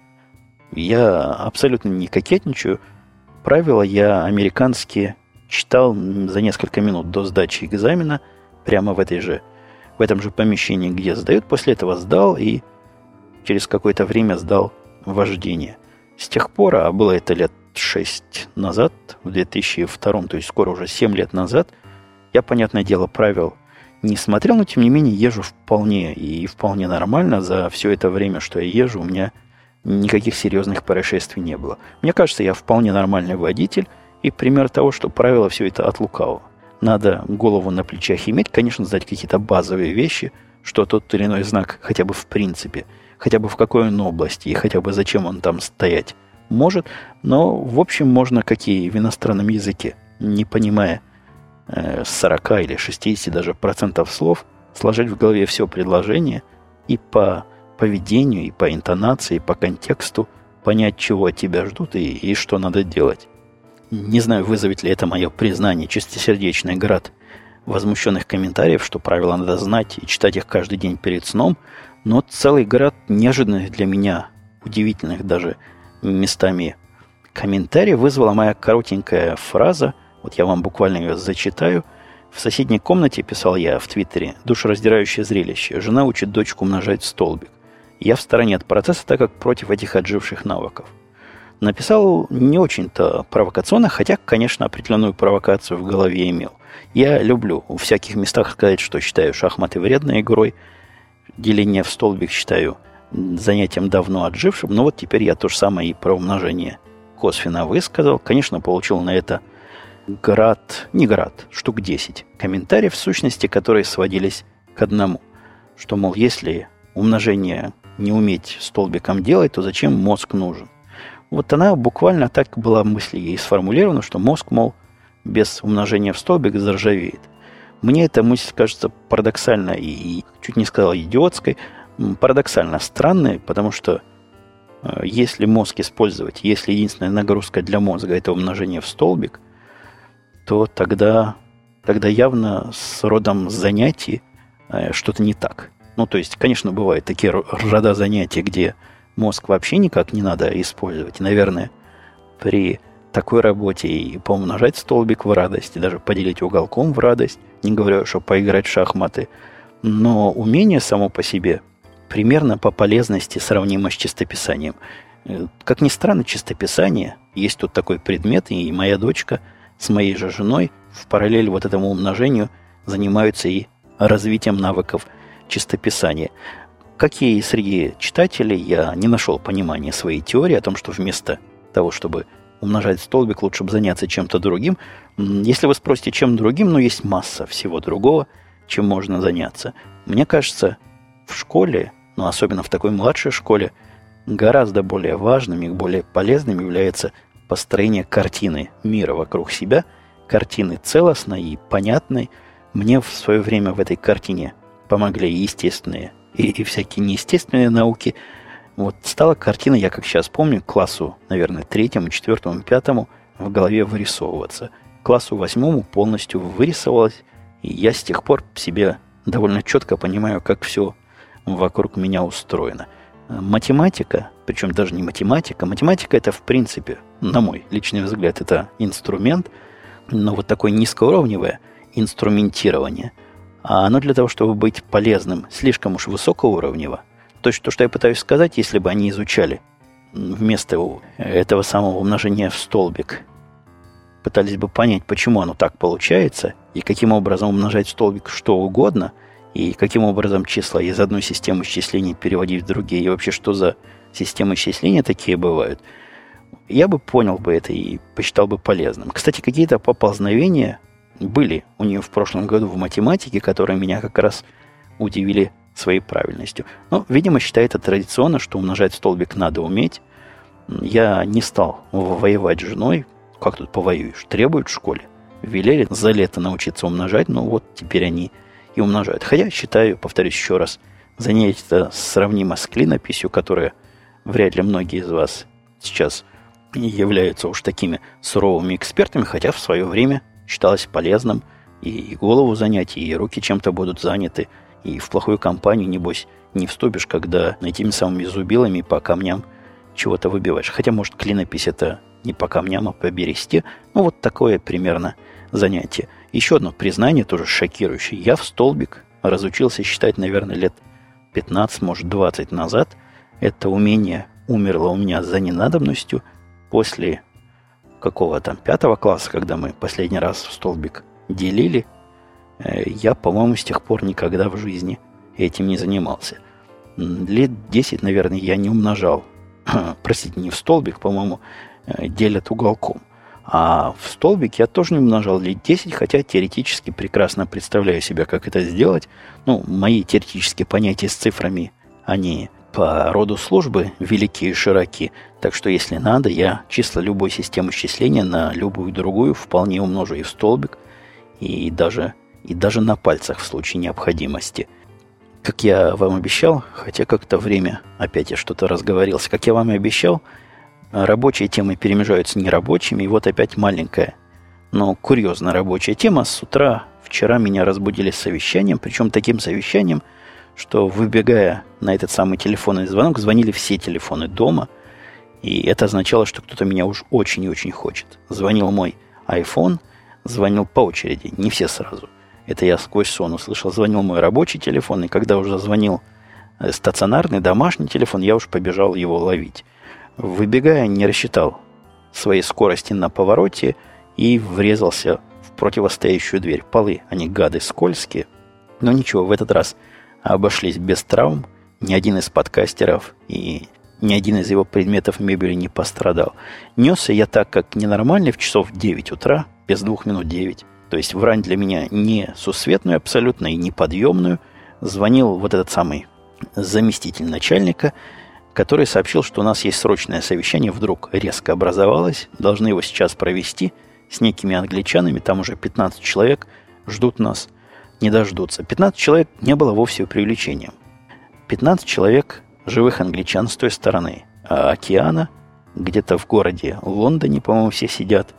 Я абсолютно не кокетничаю. Правила я американские читал за несколько минут до сдачи экзамена прямо в этой же, в этом же помещении, где сдают. После этого сдал и через какое-то время сдал вождение. С тех пор, а было это лет шесть назад, в две тысячи втором, то есть скоро уже семь лет назад, я, понятное дело, правил не смотрел, но тем не менее езжу вполне и вполне нормально. За все это время, что я езжу, у меня никаких серьезных происшествий не было. Мне кажется, я вполне нормальный водитель и пример того, что правило все это от лукавого. Надо голову на плечах иметь, конечно, знать какие-то базовые вещи, что тот или иной знак хотя бы в принципе, хотя бы в какой он области и хотя бы зачем он там стоять может, но в общем можно, как и в иностранном языке, не понимая э, сорок или шестьдесят даже процентов слов, сложить в голове все предложение и по поведению, и по интонации, и по контексту понять, чего от тебя ждут и, и что надо делать. Не знаю, вызовет ли это мое признание чистосердечный град возмущенных комментариев, что правила надо знать и читать их каждый день перед сном, но целый град неожиданных для меня, удивительных даже местами комментариев вызвала моя коротенькая фраза. Вот я вам буквально ее зачитаю. В соседней комнате, писал я в Твиттере, душераздирающее зрелище. Жена учит дочку умножать столбик. Я в стороне от процесса, так как против этих отживших навыков. Написал не очень-то провокационно, хотя, конечно, определенную провокацию в голове имел. Я люблю в всяких местах сказать, что считаю шахматы вредной игрой. Деление в столбик считаю занятием давно отжившим. Но вот теперь я то же самое и про умножение косвенно высказал. Конечно, получил на это град, не град, штук десять комментариев, в сущности, которые сводились к одному. Что, мол, если умножение не уметь столбиком делать, то зачем мозг нужен? Вот она буквально так была мысль ей сформулирована, что мозг, мол, без умножения в столбик заржавеет. Мне эта мысль кажется парадоксально и, и чуть не сказал идиотской, парадоксально странной, потому что э, если мозг использовать, если единственная нагрузка для мозга это умножение в столбик, то тогда, тогда явно с родом занятий э, что-то не так. Ну, то есть, конечно, бывают такие рода занятий, где мозг вообще никак не надо использовать. И, наверное, при такой работе и поумножать столбик в радость, и даже поделить уголком в радость, не говоря, что поиграть в шахматы. Но умение само по себе примерно по полезности сравнимо с чистописанием. Как ни странно, чистописание, есть тут такой предмет, и моя дочка с моей же женой в параллель вот этому умножению занимаются и развитием навыков чистописания. Как и среди читателей, я не нашел понимания своей теории о том, что вместо того, чтобы умножать столбик, лучше бы заняться чем-то другим. Если вы спросите, чем другим, ну, есть масса всего другого, чем можно заняться. Мне кажется, в школе, ну, особенно в такой младшей школе, гораздо более важным и более полезным является построение картины мира вокруг себя, картины целостной и понятной. Мне в свое время в этой картине помогли и естественные, и, и всякие неестественные науки. Вот стала картина, я как сейчас помню, к классу, наверное, третьему, четвертому, пятому в голове вырисовываться. К классу восьмому полностью вырисовалась, и я с тех пор себе довольно четко понимаю, как все вокруг меня устроено. Математика, причем даже не математика, математика это в принципе, на мой личный взгляд, это инструмент, но вот такое низкоуровневое инструментирование, а оно для того, чтобы быть полезным, слишком уж высокоуровнево. То есть то, что я пытаюсь сказать, если бы они изучали вместо этого самого умножения в столбик, пытались бы понять, почему оно так получается, и каким образом умножать в столбик что угодно, и каким образом числа из одной системы счисления переводить в другие, и вообще что за системы счисления такие бывают, я бы понял бы это и посчитал бы полезным. Кстати, какие-то поползновения были у нее в прошлом году в математике, которые меня как раз удивили своей правильностью. Но, видимо, считает это традиционно, что умножать в столбик надо уметь. Я не стал воевать с женой. Как тут повоюешь? Требуют в школе. Велели за лето научиться умножать, но вот теперь они и умножают. Хотя, считаю, повторюсь еще раз, занятие это сравнимо с клинописью, которая вряд ли многие из вас сейчас являются уж такими суровыми экспертами, хотя в свое время считалось полезным и голову занять, и руки чем-то будут заняты, и в плохую компанию, небось, не вступишь, когда этими самыми зубилами по камням чего-то выбиваешь. Хотя, может, клинопись это не по камням, а по бересте. Ну, вот такое примерно занятие. Еще одно признание, тоже шокирующее. Я в столбик разучился считать, наверное, лет пятнадцать, может, двадцать назад. Это умение умерло у меня за ненадобностью после какого там пятого класса, когда мы последний раз в столбик делили. Я, по-моему, с тех пор никогда в жизни этим не занимался. Лет десять, наверное, я не умножал. Простите, не в столбик, по-моему, делят уголком. А в столбик я тоже не умножал лет десять, хотя теоретически прекрасно представляю себя, как это сделать. Ну, мои теоретические понятия с цифрами, они по роду службы велики и широки. Так что, если надо, я числа любой системы счисления на любую другую вполне умножу и в столбик, и даже, и даже на пальцах в случае необходимости. Как я вам обещал, хотя как-то время, опять я что-то разговорился, как я вам и обещал, рабочие темы перемежаются нерабочими, и вот опять маленькая, но курьезная рабочая тема. С утра вчера меня разбудили с совещанием, причем таким совещанием, что, выбегая на этот самый телефонный звонок, звонили все телефоны дома, и это означало, что кто-то меня уж очень и очень хочет. Звонил мой iPhone, звонил по очереди, не все сразу. Это я сквозь сон услышал. Звонил мой рабочий телефон, и когда уже звонил стационарный, домашний телефон, я уж побежал его ловить. Выбегая, не рассчитал своей скорости на повороте и врезался в противостоящую дверь. Полы, они гады скользкие. Но ничего, в этот раз обошлись без травм. Ни один из подкастеров и ни один из его предметов мебели не пострадал. Несся я так, как ненормальный, в часов девять утра. без двух минут девять. То есть врань для меня не сусветную абсолютно и неподъемную. Звонил вот этот самый заместитель начальника, который сообщил, что у нас есть срочное совещание, вдруг резко образовалось, должны его сейчас провести с некими англичанами, там уже пятнадцать человек ждут нас, не дождутся. пятнадцать человек не было вовсе преувеличением. пятнадцать человек живых англичан с той стороны океана, где-то в городе Лондоне, по-моему, все сидят,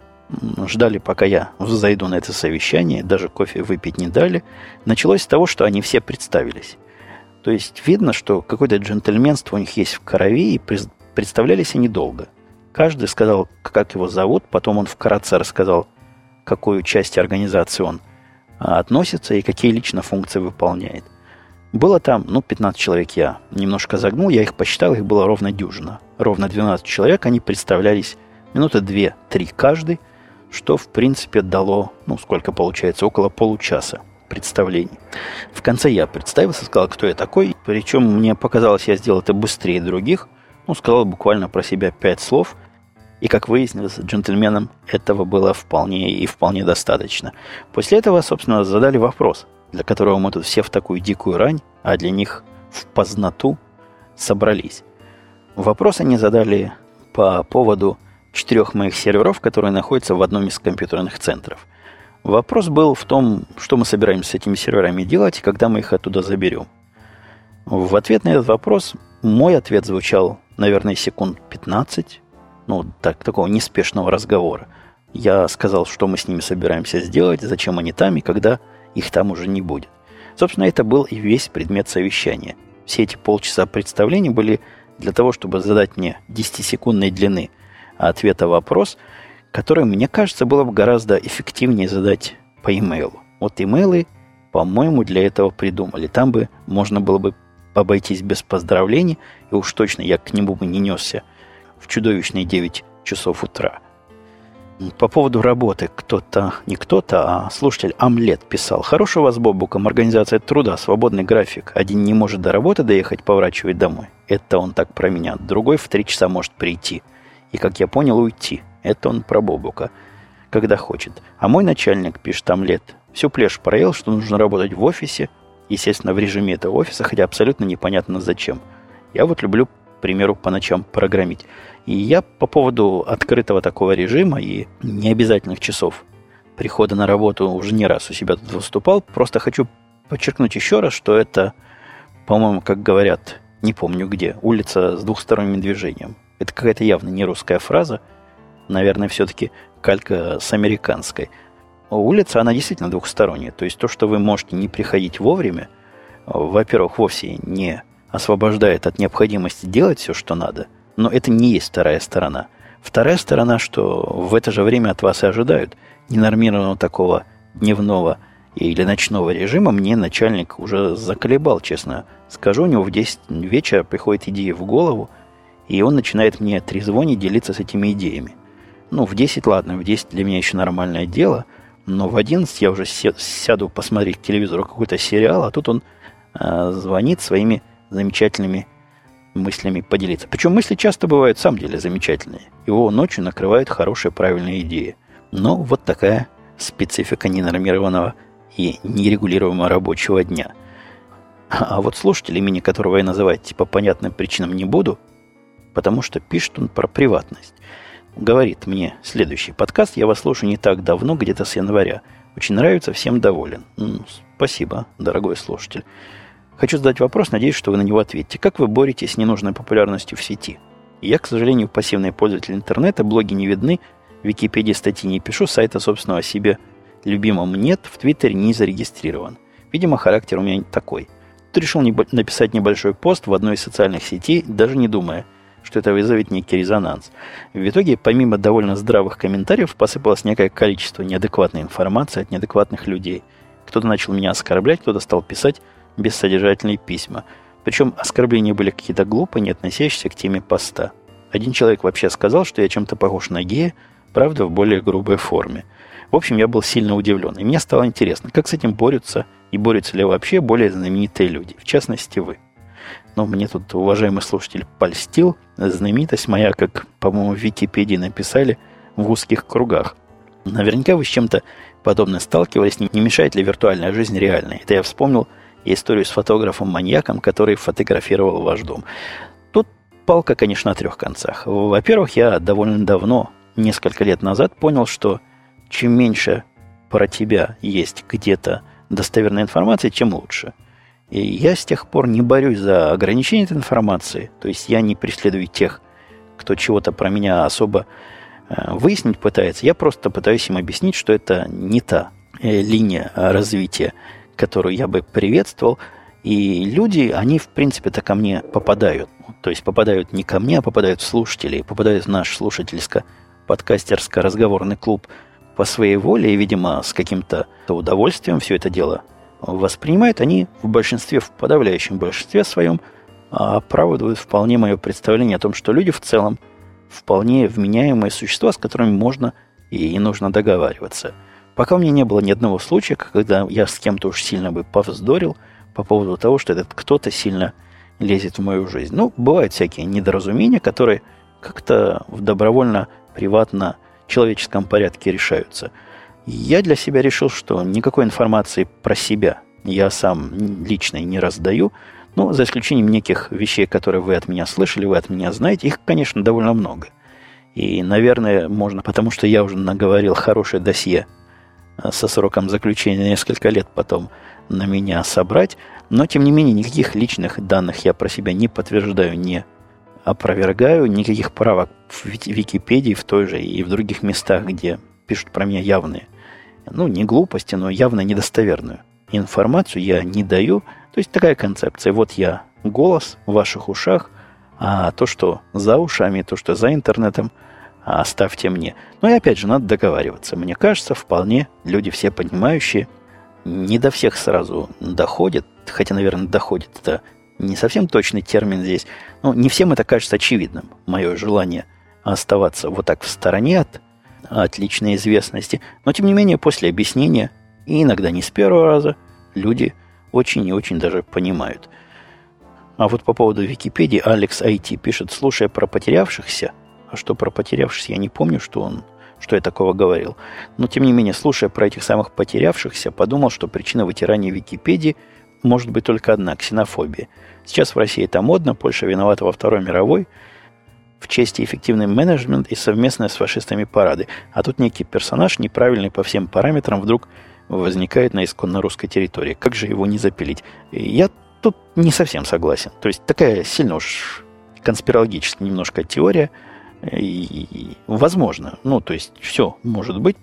ждали, пока я зайду на это совещание, даже кофе выпить не дали. Началось с того, что они все представились. То есть видно, что какое-то джентльменство у них есть в крови, и представлялись они долго. Каждый сказал, как его зовут, потом он вкратце рассказал, к какой части организации он относится и какие лично функции выполняет. Было там, ну, пятнадцать человек, я немножко загнул, я их посчитал, их было ровно дюжина. Ровно двенадцать человек, они представлялись минуты две-три каждый, что, в принципе, дало, ну, сколько получается, около получаса представлений. В конце я представился, сказал, кто я такой. Причем мне показалось, я сделал это быстрее других. Ну, сказал буквально про себя пять слов. И, как выяснилось, джентльменам этого было вполне и вполне достаточно. После этого, собственно, задали вопрос, для которого мы тут все в такую дикую рань, а для них в познату собрались. Вопрос они задали по поводу четырех моих серверов, которые находятся в одном из компьютерных центров. Вопрос был в том, что мы собираемся с этими серверами делать и когда мы их оттуда заберем. В ответ на этот вопрос мой ответ звучал, наверное, секунд пятнадцать, ну, так, такого неспешного разговора. Я сказал, что мы с ними собираемся сделать, зачем они там и когда их там уже не будет. Собственно, это был и весь предмет совещания. Все эти полчаса представлений были для того, чтобы задать мне десятисекундной длины ответа вопрос, который, мне кажется, было бы гораздо эффективнее задать по имейлу. Вот имейлы, по-моему, для этого придумали. Там бы можно было бы обойтись без поздравлений, и уж точно я к нему бы не несся в чудовищные девять часов утра. По поводу работы кто-то, не кто-то, а слушатель Омлет писал: «Хорошая у вас, Бобуком, организация труда, свободный график. Один не может до работы доехать, поворачивать домой. Это он так про меня. Другой в три часа может прийти. И, как я понял, уйти. Это он про Бобука. Когда хочет. А мой начальник, пишет Омлет, всю плешь проел, что нужно работать в офисе. Естественно, в режиме этого офиса, хотя абсолютно непонятно зачем. Я вот люблю, к примеру, по ночам программить. И я по поводу открытого такого режима и необязательных часов прихода на работу уже не раз у себя тут выступал. Просто хочу подчеркнуть еще раз, что это, по-моему, как говорят, не помню где, улица с двухсторонним движением. Это какая-то явно не русская фраза. Наверное, все-таки калька с американской. Улица, она действительно двухсторонняя. То есть то, что вы можете не приходить вовремя, во-первых, вовсе не освобождает от необходимости делать все, что надо. Но это не есть вторая сторона. Вторая сторона, что в это же время от вас и ожидают ненормированного такого дневного или ночного режима. Мне начальник уже заколебал, честно скажу. У него в десять вечера приходит идея в голову, и он начинает мне трезвонить, делиться с этими идеями. Ну, в десять, ладно, в десять для меня еще нормальное дело, но в одиннадцать я уже сяду посмотреть к телевизору какой-то сериал, а тут он э, звонит своими замечательными мыслями поделиться. Причем мысли часто бывают, в самом деле, замечательные. Его ночью накрывают хорошие, правильные идеи. Но вот такая специфика ненормированного и нерегулируемого рабочего дня. А вот слушатель, имени которого я называть по понятным причинам не буду, потому что пишет он про приватность. Говорит мне следующий подкаст. Я вас слушаю не так давно, где-то с января. Очень нравится, всем доволен. Ну, спасибо, дорогой слушатель. Хочу задать вопрос, надеюсь, что вы на него ответите. Как вы боретесь с ненужной популярностью в сети? Я, к сожалению, пассивный пользователь интернета, блоги не видны, в Википедии статьи не пишу, сайта собственного о себе любимом нет, в Твиттере не зарегистрирован. Видимо, характер у меня такой. Тут решил небо- написать небольшой пост в одной из социальных сетей, даже не думая, что это вызовет некий резонанс. В итоге, помимо довольно здравых комментариев, посыпалось некое количество неадекватной информации от неадекватных людей. Кто-то начал меня оскорблять, кто-то стал писать бессодержательные письма. Причем оскорбления были какие-то глупые, не относящиеся к теме поста. Один человек вообще сказал, что я чем-то похож на гея, правда, в более грубой форме. В общем, я был сильно удивлен. И мне стало интересно, как с этим борются, и борются ли вообще более знаменитые люди, в частности, вы. Но мне тут, уважаемый слушатель, польстил. Знаменитость моя, как, по-моему, в Википедии написали, в узких кругах. Наверняка вы с чем-то подобным сталкивались. Не, не мешает ли виртуальная жизнь реальной? Это я вспомнил историю с фотографом-маньяком, который фотографировал ваш дом. Тут палка, конечно, о трех концах. Во-первых, я довольно давно, несколько лет назад, понял, что чем меньше про тебя есть где-то достоверной информации, тем лучше. И я с тех пор не борюсь за ограничение этой информации. То есть я не преследую тех, кто чего-то про меня особо э, выяснить пытается. Я просто пытаюсь им объяснить, что это не та э, линия развития, которую я бы приветствовал. И люди, они, в принципе-то, ко мне попадают. То есть попадают не ко мне, а попадают в слушателей, попадают в наш слушательско-подкастерско-разговорный клуб по своей воле и, видимо, с каким-то удовольствием все это дело воспринимают. Они в большинстве, в подавляющем большинстве своем оправдывают вполне мое представление о том, что люди в целом вполне вменяемые существа, с которыми можно и нужно договариваться. Пока у меня не было ни одного случая, когда я с кем-то уж сильно бы повздорил по поводу того, что этот кто-то сильно лезет в мою жизнь. Ну, бывают всякие недоразумения, которые как-то в добровольно-приватно человеческом порядке решаются. Я для себя решил, что никакой информации про себя я сам лично не раздаю, но за исключением неких вещей, которые вы от меня слышали, вы от меня знаете, их, конечно, довольно много. И, наверное, можно, потому что я уже наговорил хорошее досье со сроком заключения несколько лет потом на меня собрать, но, тем не менее, никаких личных данных я про себя не подтверждаю, не опровергаю, никаких правок в Википедии, в той же и в других местах, где пишут про меня явные, ну, не глупости, но явно недостоверную информацию я не даю. То есть такая концепция. Вот я голос в ваших ушах, а то, что за ушами, то, что за интернетом, оставьте мне. Но и опять же, надо договариваться. Мне кажется, вполне люди все понимающие, не до всех сразу доходит, хотя, наверное, доходит это не совсем точный термин здесь, но не всем это кажется очевидным. Мое желание оставаться вот так в стороне от, от личной известности. Но, тем не менее, после объяснения, и иногда не с первого раза, люди очень и очень даже понимают. А вот по поводу Википедии Алекс ай ти пишет, слушая про потерявшихся, а что про потерявшихся, я не помню, что он, что я такого говорил. Но, тем не менее, слушая про этих самых потерявшихся, подумал, что причина вытирания Википедии может быть только одна – ксенофобия. Сейчас в России это модно, Польша виновата во Второй мировой, в чести эффективный менеджмент и совместные с фашистами парады. А тут некий персонаж, неправильный по всем параметрам, вдруг возникает на исконно русской территории. Как же его не запилить? Я тут не совсем согласен. То есть такая сильно уж конспирологическая немножко теория. И, возможно. Ну, то есть все может быть.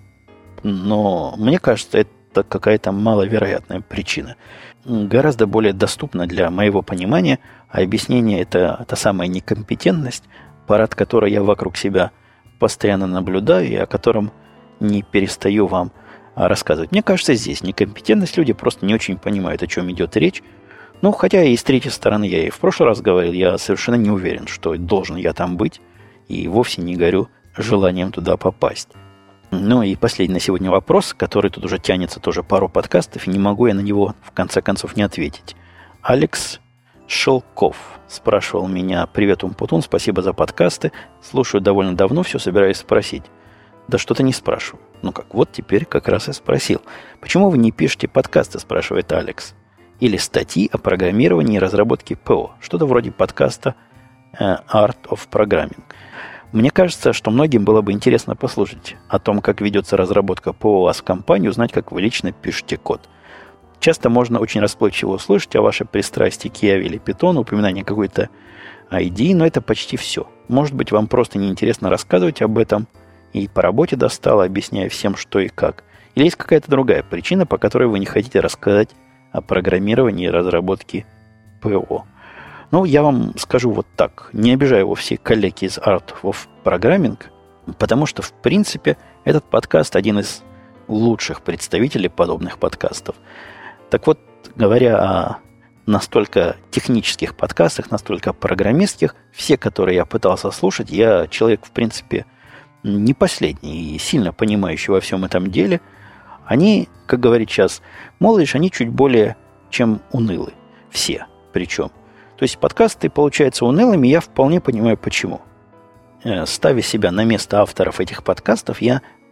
Но мне кажется, это какая-то маловероятная причина. Гораздо более доступна для моего понимания, а объяснение – это та самая некомпетентность, парад которой я вокруг себя постоянно наблюдаю и о котором не перестаю вам рассказывать. Мне кажется, здесь некомпетентность, люди просто не очень понимают, о чем идет речь. Ну, хотя и с третьей стороны, я и в прошлый раз говорил, я совершенно не уверен, что должен я там быть, и вовсе не горю желанием туда попасть. Ну и последний на сегодня вопрос, который тут уже тянется тоже пару подкастов, и не могу я на него в конце концов не ответить. Алекс Шелков спрашивал меня: «Привет, Умпутун, спасибо за подкасты. Слушаю довольно давно, все собираюсь спросить». Да что-то не спрашиваю. Ну как, вот теперь как раз и спросил. «Почему вы не пишете подкасты?» – спрашивает Алекс. Или статьи о программировании и разработке ПО. Что-то вроде подкаста Art of Programming. Мне кажется, что многим было бы интересно послушать о том, как ведется разработка ПО у вас в компании, узнать, как вы лично пишете код. Часто можно очень расплывчиво услышать о вашей пристрастии к Java или Python, упоминание какой-то ай ди, но это почти все. Может быть, вам просто неинтересно рассказывать об этом, и по работе достало, объясняя всем, что и как. Или есть какая-то другая причина, по которой вы не хотите рассказать о программировании и разработке ПО. Ну, я вам скажу вот так. Не обижаю его все коллеги из Art of Programming, потому что, в принципе, этот подкаст один из лучших представителей подобных подкастов. Так вот, говоря о настолько технических подкастах, настолько программистских, все, которые я пытался слушать, я человек, в принципе, не последний и сильно понимающий во всем этом деле, они, как говорит сейчас молодежь, они чуть более чем унылы. Все причем. То есть подкасты получаются унылыми, я вполне понимаю, почему. Ставя себя на место авторов этих подкастов, я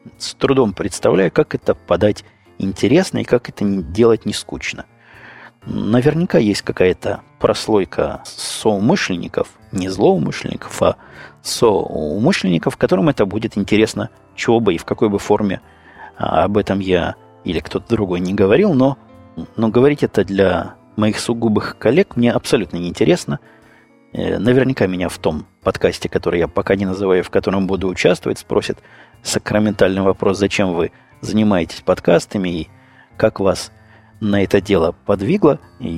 с трудом представляю, как это подать интересно и как это делать не скучно. Наверняка есть какая-то прослойка соумышленников, не злоумышленников, а соумышленников, которым это будет интересно, чего бы и в какой бы форме а, об этом я или кто-то другой не говорил, но, но говорить это для моих сугубых коллег мне абсолютно неинтересно. Э, наверняка меня в том подкасте, который я пока не называю, в котором буду участвовать, спросят сакраментальный вопрос, зачем вы занимаетесь подкастами и как вас на это дело подвигло.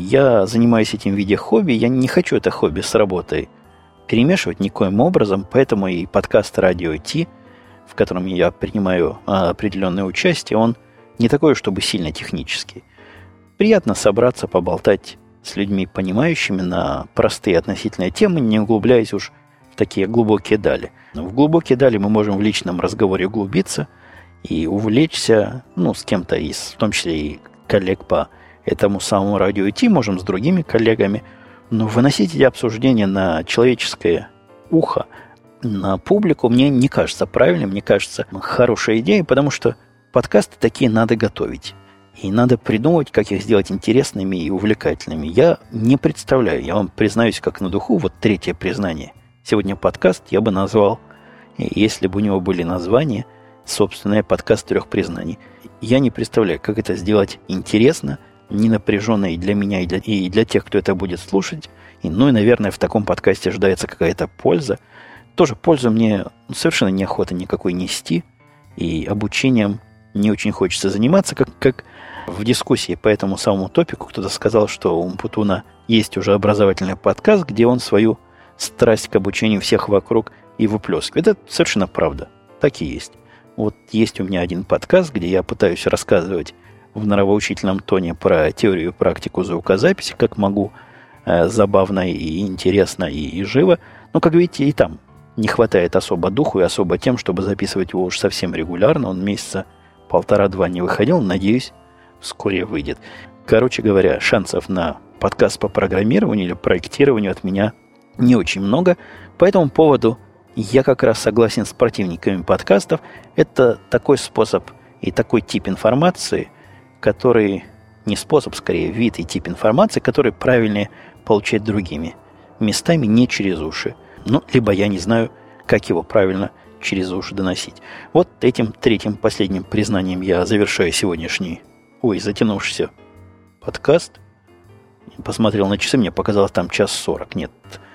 Я занимаюсь этим в виде хобби, я не хочу это хобби с работой перемешивать никоим образом, поэтому и подкаст «Радио Ти», в котором я принимаю определенное участие, он не такой, чтобы сильно технический. Приятно собраться, поболтать с людьми, понимающими на простые относительные темы, не углубляясь уж в такие глубокие дали. В глубокие дали мы можем в личном разговоре углубиться и увлечься, ну, с кем-то из, в том числе и коллег по этому самому радио Ти, можем с другими коллегами, но выносить эти обсуждения на человеческое ухо, на публику, мне не кажется правильным, мне кажется хорошей идеей, потому что подкасты такие надо готовить. И надо придумывать, как их сделать интересными и увлекательными. Я не представляю, я вам признаюсь как на духу, вот третье признание. Сегодня подкаст я бы назвал, если бы у него были названия, собственное подкаст трех признаний. Я не представляю, как это сделать интересно, не напряженно и для меня, и для, и для тех, кто это будет слушать. И, ну и, наверное, в таком подкасте ожидается какая-то польза. Тоже пользу мне совершенно неохота никакой нести. И обучением не очень хочется заниматься, как, как в дискуссии по этому самому топику кто-то сказал, что у Умпутуна есть уже образовательный подкаст, где он свою страсть к обучению всех вокруг и выплескивает. Это совершенно правда. Так и есть. Вот есть у меня один подкаст, где я пытаюсь рассказывать в нравоучительном тоне про теорию и практику звукозаписи, как могу, э, забавно и интересно и, и живо. Но, как видите, и там не хватает особо духу и особо тем, чтобы записывать его уж совсем регулярно. Он месяца полтора-два не выходил, надеюсь, вскоре выйдет. Короче говоря, шансов на подкаст по программированию или проектированию от меня не очень много. По этому поводу я как раз согласен с противниками подкастов. Это такой способ и такой тип информации, который, не способ, скорее, вид и тип информации, который правильнее получать другими местами, не через уши. Ну, либо я не знаю, как его правильно через уши доносить. Вот этим третьим последним признанием я завершаю сегодняшний, ой, затянувшийся подкаст. Посмотрел на часы, мне показалось там час сорок. Нет,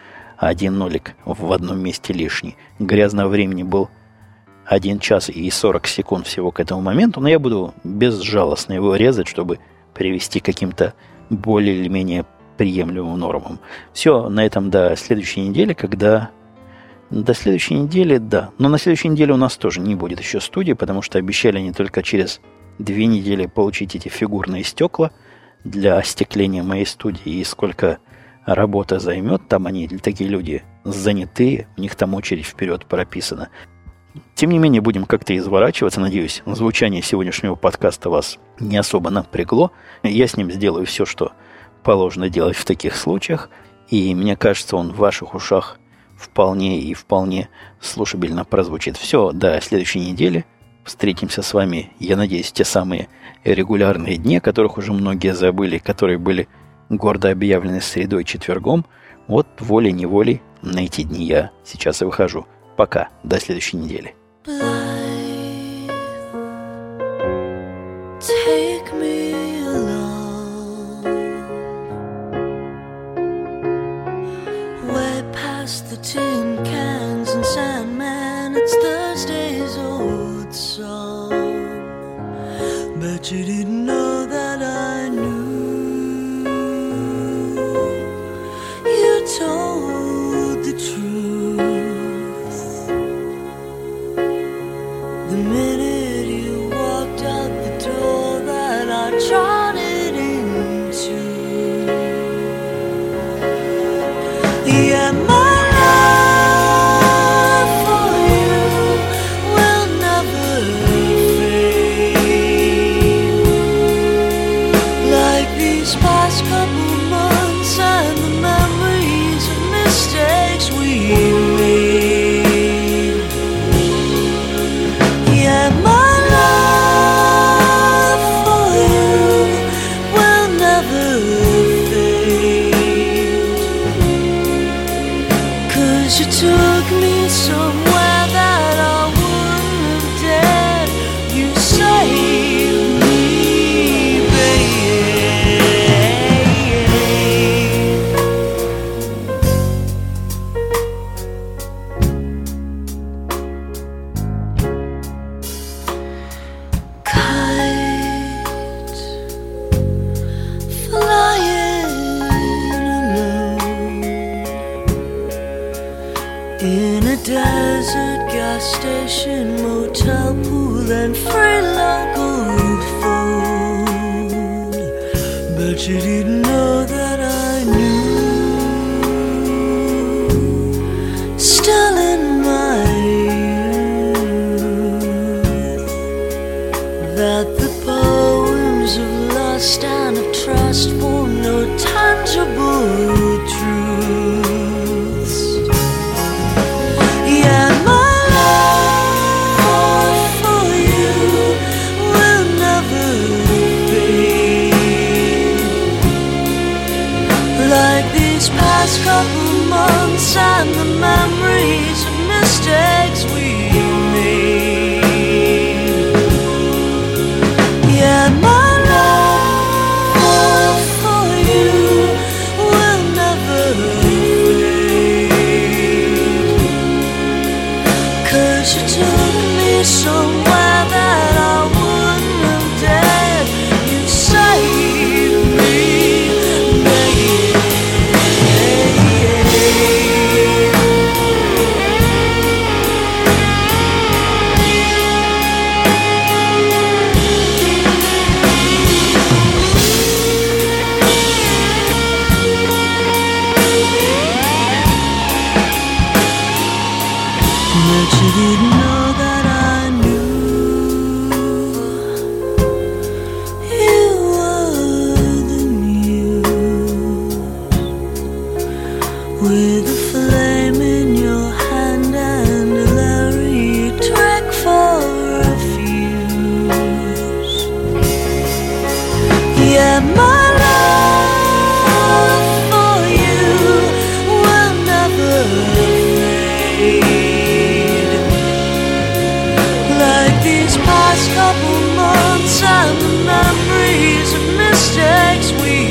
один нолик в одном месте лишний. Грязного времени был один час и сорок секунд всего к этому моменту, но я буду безжалостно его резать, чтобы привести к каким-то более или менее приемлемым нормам. Все, на этом до следующей недели, когда... До следующей недели, да. Но на следующей неделе у нас тоже не будет еще студии, потому что обещали они только через две недели получить эти фигурные стекла для остекления моей студии. И сколько работа займет, там они, такие люди занятые, у них там очередь вперед прописана. Тем не менее, будем как-то изворачиваться. Надеюсь, звучание сегодняшнего подкаста вас не особо напрягло. Я с ним сделаю все, что положено делать в таких случаях. И мне кажется, он в ваших ушах вполне и вполне слушабельно прозвучит. Все, до следующей недели. Встретимся с вами, я надеюсь, в те самые регулярные дни, о которых уже многие забыли, которые были гордо объявлены средой и четвергом. Вот волей-неволей на эти дни я сейчас и выхожу. Пока. До следующей недели. Take me along, way past the tin cans and Sandman. It's Thursday's old song. Bet you didn't know that I knew. You told the truth the minute you walked out the door that I trotted into. Yeah, my love for you will never fade. you didn't know that I knew. Still in my youth, that the poems of lust and of trust form no tangible truths. Yet my love for you will never fade, like these past couple months and the memories of mistakes we made. Yeah, my love for you will never fade, 'cause you took me somewhere that I wouldn't have dared. You saved me, baby. But you didn't know that I knew you were the muse, with a flame in your hand and a lyric track for a fuse. Yeah, my love for you will never fade, like these past couple months and the memories of mistakes we